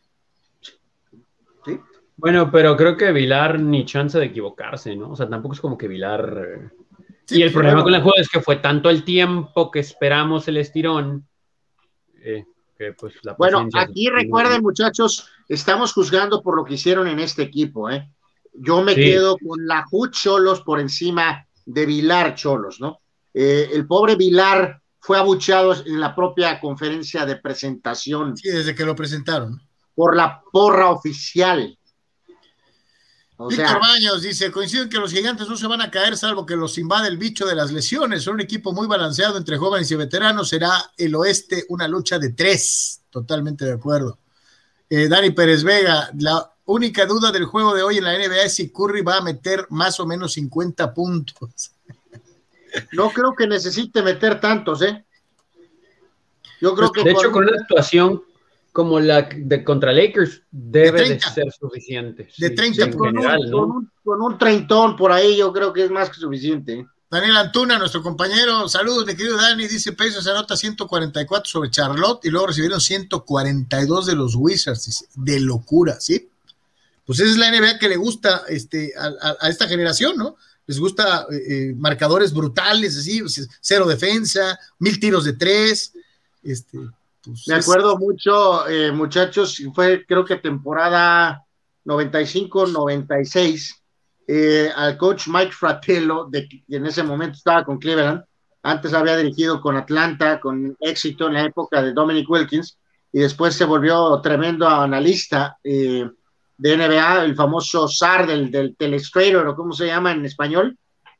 Sí. Bueno, pero creo que Vilar ni chance de equivocarse, ¿no? O sea, tampoco es como que Vilar... eh, Sí, y el sí, problema bueno. con el juego es que fue tanto el tiempo que esperamos el estirón, eh, que pues la Bueno, paciencia... aquí recuerden, muchachos, estamos juzgando por lo que hicieron en este equipo, ¿eh? Yo me Sí. quedo con la J U T Cholos por encima de Vilar Cholos, ¿no? Eh, el pobre Vilar fue abucheado en la propia conferencia de presentación Sí, desde que lo presentaron. por la porra oficial. O Víctor sea, Baños dice, coincido en que los gigantes no se van a caer salvo que los invade el bicho de las lesiones. Son un equipo muy balanceado entre jóvenes y veteranos. Será el oeste una lucha de tres. Totalmente de acuerdo. Eh, Dani Pérez Vega, la única duda del juego de hoy en la N B A es si Curry va a meter más o menos cincuenta puntos. no creo que necesite meter tantos, ¿eh? Yo creo que De hecho, con, con una actuación como la de contra Lakers debe De de, treinta. ser suficiente. De sí, treinta en con, general, un, ¿no? con, un, con un treintón por ahí, yo creo que es más que suficiente. ¿eh? Daniel Antuna, nuestro compañero, saludos, mi querido Dani, dice Pacers anota ciento cuarenta y cuatro sobre Charlotte y luego recibieron ciento cuarenta y dos de los Wizards, dice, de locura, ¿sí? Pues esa es la N B A que le gusta este, a, a, a esta generación, ¿no? Les gusta eh, eh, marcadores brutales, así, cero defensa, mil tiros de tres, este... Pues Me es... acuerdo mucho, eh, muchachos, fue creo que temporada noventa y cinco noventa y seis, eh, al coach Mike Fratello, de, que en ese momento estaba con Cleveland, antes había dirigido con Atlanta, con éxito en la época de Dominic Wilkins, y después se volvió tremendo analista eh, de N B A, el famoso S A R del, del Telestrator, o cómo se llama en español,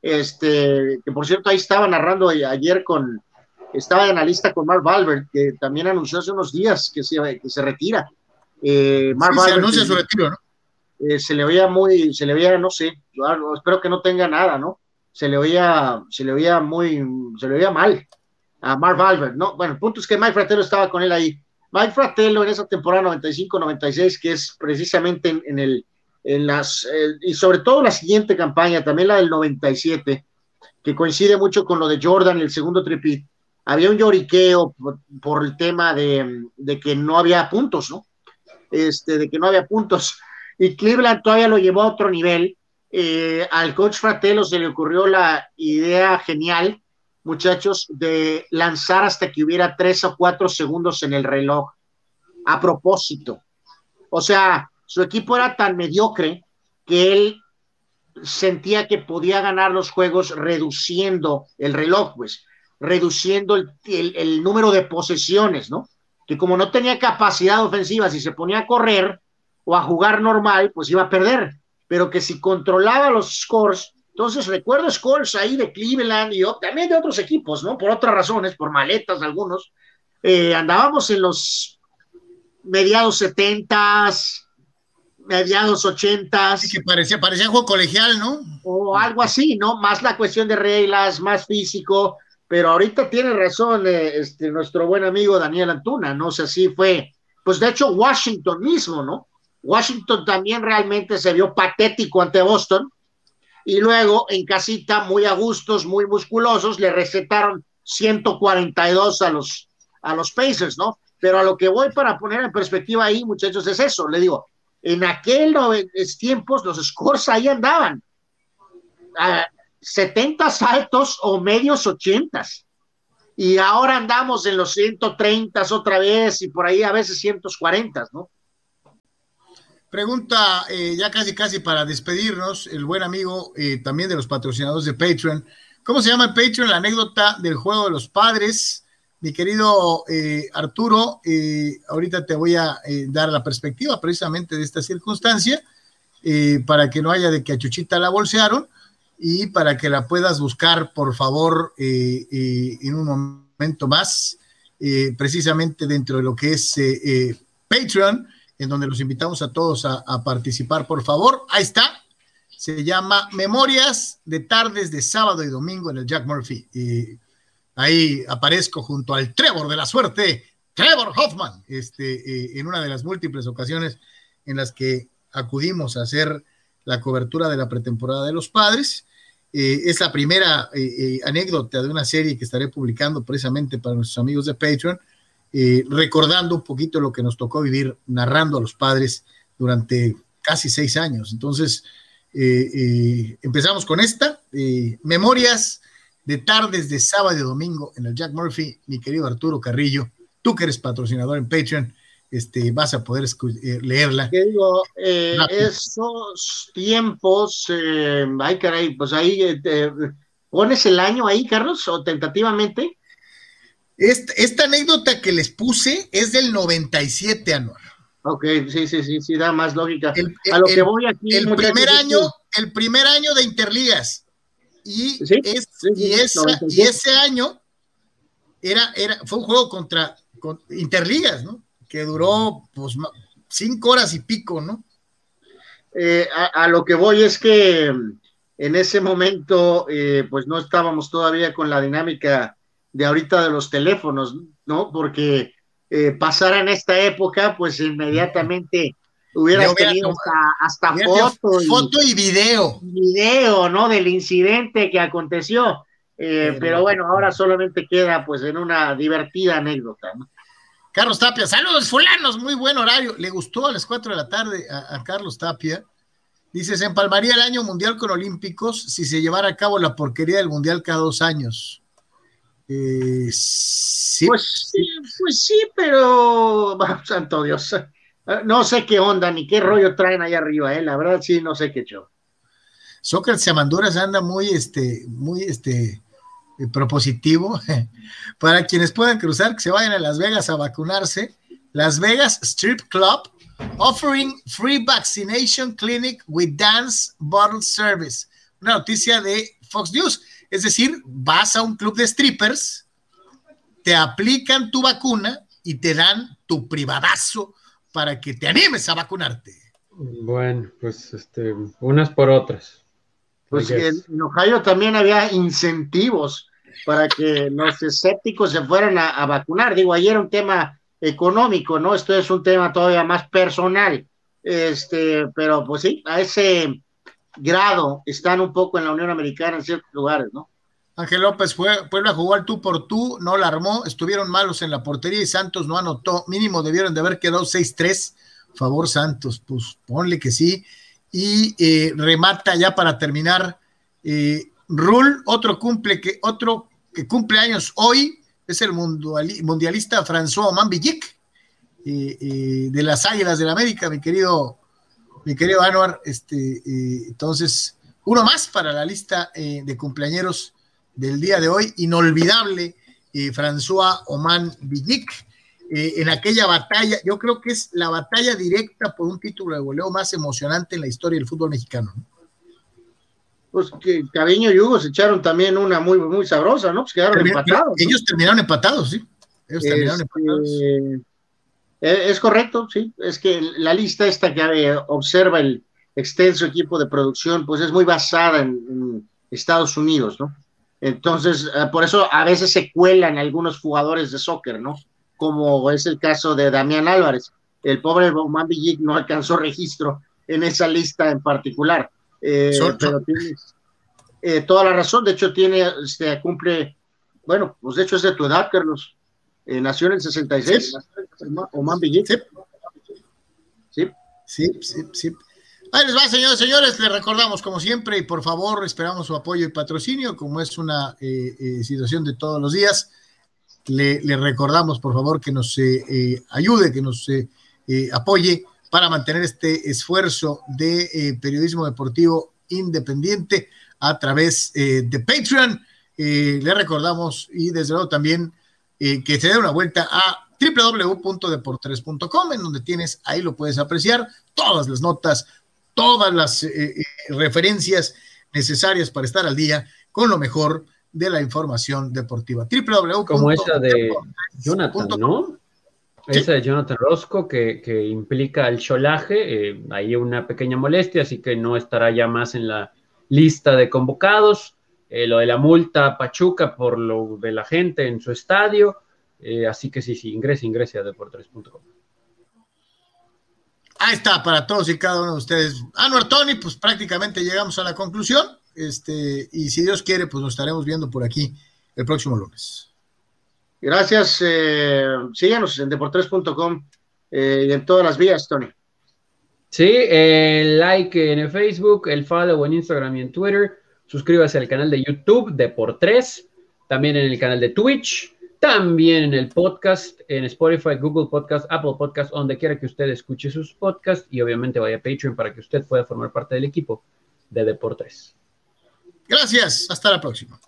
este, que por cierto ahí estaba narrando ayer con... Estaba de analista con Marv Albert, que también anunció hace unos días que se, que se retira. Eh, Marv sí, se Albert, anuncia su retiro, ¿no? Eh, se le veía muy, se le veía, no sé, yo espero que no tenga nada, ¿no? Se le veía, se le veía muy, se le veía mal a Marv Albert, ¿no? Bueno, el punto es que Mike Fratello estaba con él ahí. Mike Fratello en esa temporada noventa y cinco noventa y seis, que es precisamente en, en el, en las, eh, y sobre todo la siguiente campaña, también la del noventa y siete, que coincide mucho con lo de Jordan y el segundo tripit. Había un lloriqueo por, por el tema de, de que no había puntos, ¿no? Este, de que no había puntos. Y Cleveland todavía lo llevó a otro nivel. Eh, al coach Fratello se le ocurrió la idea genial, muchachos, de lanzar hasta que hubiera tres o cuatro segundos en el reloj, a propósito. O sea, su equipo era tan mediocre que él sentía que podía ganar los juegos reduciendo el reloj, pues, reduciendo el, el, el número de posesiones, ¿no? Que como no tenía capacidad ofensiva, si se ponía a correr o a jugar normal, pues iba a perder, pero que si controlaba los scores, entonces recuerdo scores ahí de Cleveland y también de otros equipos, ¿no? Por otras razones, por maletas algunos, eh, andábamos en los mediados setentas, mediados ochentas. Sí, que parecía, parecía juego colegial, ¿no? O algo así, ¿no? Más la cuestión de reglas, más físico, pero ahorita tiene razón eh, este, nuestro buen amigo Daniel Antuna, ¿no? O sea, sí fue, pues de hecho Washington mismo, ¿no? Washington también realmente se vio patético ante Boston, y luego en casita, muy a gustos, muy musculosos, le recetaron ciento cuarenta y dos a los, a los Pacers, ¿no? Pero a lo que voy para poner en perspectiva ahí, muchachos, es eso, le digo, en aquellos tiempos los scores ahí andaban, a setenta altos o medios ochentas, y ahora andamos en los ciento treinta otra vez, y por ahí a veces ciento cuarenta, ¿no? Pregunta, eh, ya casi casi para despedirnos, el buen amigo eh, también de los patrocinadores de Patreon. ¿Cómo se llama en Patreon la anécdota del juego de los padres? Mi querido eh, Arturo, eh, ahorita te voy a eh, dar la perspectiva precisamente de esta circunstancia, eh, para que no haya de que a Chuchita la bolsearon y para que la puedas buscar, por favor, eh, eh, en un momento más, eh, precisamente dentro de lo que es eh, eh, Patreon, en donde los invitamos a todos a, a participar, por favor. Ahí está. Se llama Memorias de Tardes de Sábado y Domingo en el Jack Murphy. Y ahí aparezco junto al Trevor de la suerte, Trevor Hoffman, este, eh, en una de las múltiples ocasiones en las que acudimos a hacer la cobertura de la pretemporada de los Padres. Eh, es la primera eh, eh, anécdota de una serie que estaré publicando precisamente para nuestros amigos de Patreon, eh, recordando un poquito lo que nos tocó vivir narrando a los Padres durante casi seis años. Entonces, eh, eh, empezamos con esta, eh, Memorias de Tardes de Sábado y Domingo en el Jack Murphy. Mi querido Arturo Carrillo, tú que eres patrocinador en Patreon, Este, vas a poder eh, leerla. ¿Qué digo? Eh, esos tiempos, eh, ay caray, pues ahí, eh, eh, ¿pones el año ahí, Carlos, o tentativamente? Esta, esta anécdota que les puse es del noventa y siete, Anuar. Ok, sí, sí, sí, sí, da más lógica. El, a lo el, que voy aquí. El primer año, el primer año de Interligas. Y, ¿Sí? es, sí, sí, y, esa, y ese año era, era, fue un juego contra con Interligas, ¿no? Que duró pues cinco horas y pico, ¿no? Eh, a, a lo que voy es que en ese momento eh, pues no estábamos todavía con la dinámica de ahorita de los teléfonos, ¿no? Porque eh, pasara en esta época, pues inmediatamente hubieras hubiera tenido hasta, hasta foto, y, foto y video. Video, ¿no? Del incidente que aconteció. Eh, pero, pero bueno, ahora solamente queda pues en una divertida anécdota, ¿no? Carlos Tapia, saludos fulanos, muy buen horario. Le gustó a las cuatro de la tarde a, a Carlos Tapia. Dice, se empalmaría el año mundial con olímpicos si se llevara a cabo la porquería del mundial cada dos años. Eh, sí. Pues sí, pues sí, pero oh, santo Dios, no sé qué onda ni qué rollo traen ahí arriba, eh, la verdad sí, no sé qué show. Sócrates Amanduras anda muy, este, muy, este, propositivo. Para quienes puedan cruzar, que se vayan a Las Vegas a vacunarse. Las Vegas Strip Club offering free vaccination clinic with dance bottle service. Una noticia de Fox News. Es decir, vas a un club de strippers, te aplican tu vacuna y te dan tu privadazo para que te animes a vacunarte. Bueno, pues este, unas por otras. Pues en, en Ohio también había incentivos para que los escépticos se fueran a, a vacunar. Digo, ahí era un tema económico, ¿no? Esto es un tema todavía más personal. Este, pero pues sí, a ese grado están un poco en la Unión Americana en ciertos lugares, ¿no? Ángel López fue, Puebla jugó al tú por tú, no la armó, estuvieron malos en la portería y Santos no anotó. Mínimo debieron de haber quedado seis tres. Favor Santos, pues ponle que sí. Y eh, remata ya para terminar eh, Rul, otro cumple que otro que cumple años hoy es el mundialista François Oman Villic eh, eh, de las Águilas del América, mi querido mi querido Anuar. Este, eh, entonces uno más para la lista eh, de cumpleañeros del día de hoy, inolvidable eh, François Oman Villic. Eh, en aquella batalla, yo creo que es la batalla directa por un título de goleo más emocionante en la historia del fútbol mexicano, ¿no? Pues que Caviño y Hugo se echaron también una muy, muy sabrosa, ¿no? Pues quedaron Termin empatados. Ellos ¿no? terminaron empatados, sí. Ellos es, terminaron empatados. Eh, es correcto, sí. Es que la lista esta que observa el extenso equipo de producción, pues es muy basada en, en Estados Unidos, ¿no? Entonces, eh, por eso a veces se cuelan algunos jugadores de soccer, ¿no? Como es el caso de Damián Álvarez. El pobre Oman Villic no alcanzó registro en esa lista en particular. Eh, son, pero tiene eh, toda la razón. De hecho, tiene, este, cumple, bueno, pues de hecho es de tu edad, Carlos. Eh, nació en el sesenta y seis. Sí. Oman Villic. Sí. Sí, sí, sí, sí. Ahí les va, señores, señores, les recordamos como siempre y por favor esperamos su apoyo y patrocinio, como es una eh, eh, situación de todos los días. Le, le recordamos, por favor, que nos eh, eh, ayude, que nos eh, eh, apoye para mantener este esfuerzo de eh, periodismo deportivo independiente a través eh, de Patreon. Eh, le recordamos y desde luego también eh, que se dé una vuelta a doble u doble u doble u punto deportes punto com, en donde tienes, ahí lo puedes apreciar, todas las notas, todas las eh, eh, referencias necesarias para estar al día con lo mejor de la información deportiva. doble u doble u doble u Como esa de Jonathan, ¿no? Esa de Jonathan Orozco, que, que implica el cholaje, eh, hay una pequeña molestia, así que no estará ya más en la lista de convocados. Eh, lo de la multa Pachuca por lo de la gente en su estadio, eh, así que sí, sí, ingrese, ingrese a deportes punto com. Ahí está, para todos y cada uno de ustedes. Anuar, Tony, pues prácticamente llegamos a la conclusión, este, y si Dios quiere, pues nos estaremos viendo por aquí el próximo lunes. Gracias, eh, síganos en deportes punto com eh, y en todas las vías, Tony. Sí, el like en el Facebook, el follow en Instagram y en Twitter, suscríbase al canal de YouTube de Por Tres, también en el canal de Twitch, también en el podcast, en Spotify, Google Podcast, Apple Podcast, donde quiera que usted escuche sus podcasts, y obviamente vaya a Patreon para que usted pueda formar parte del equipo de Deportes. Gracias, hasta la próxima.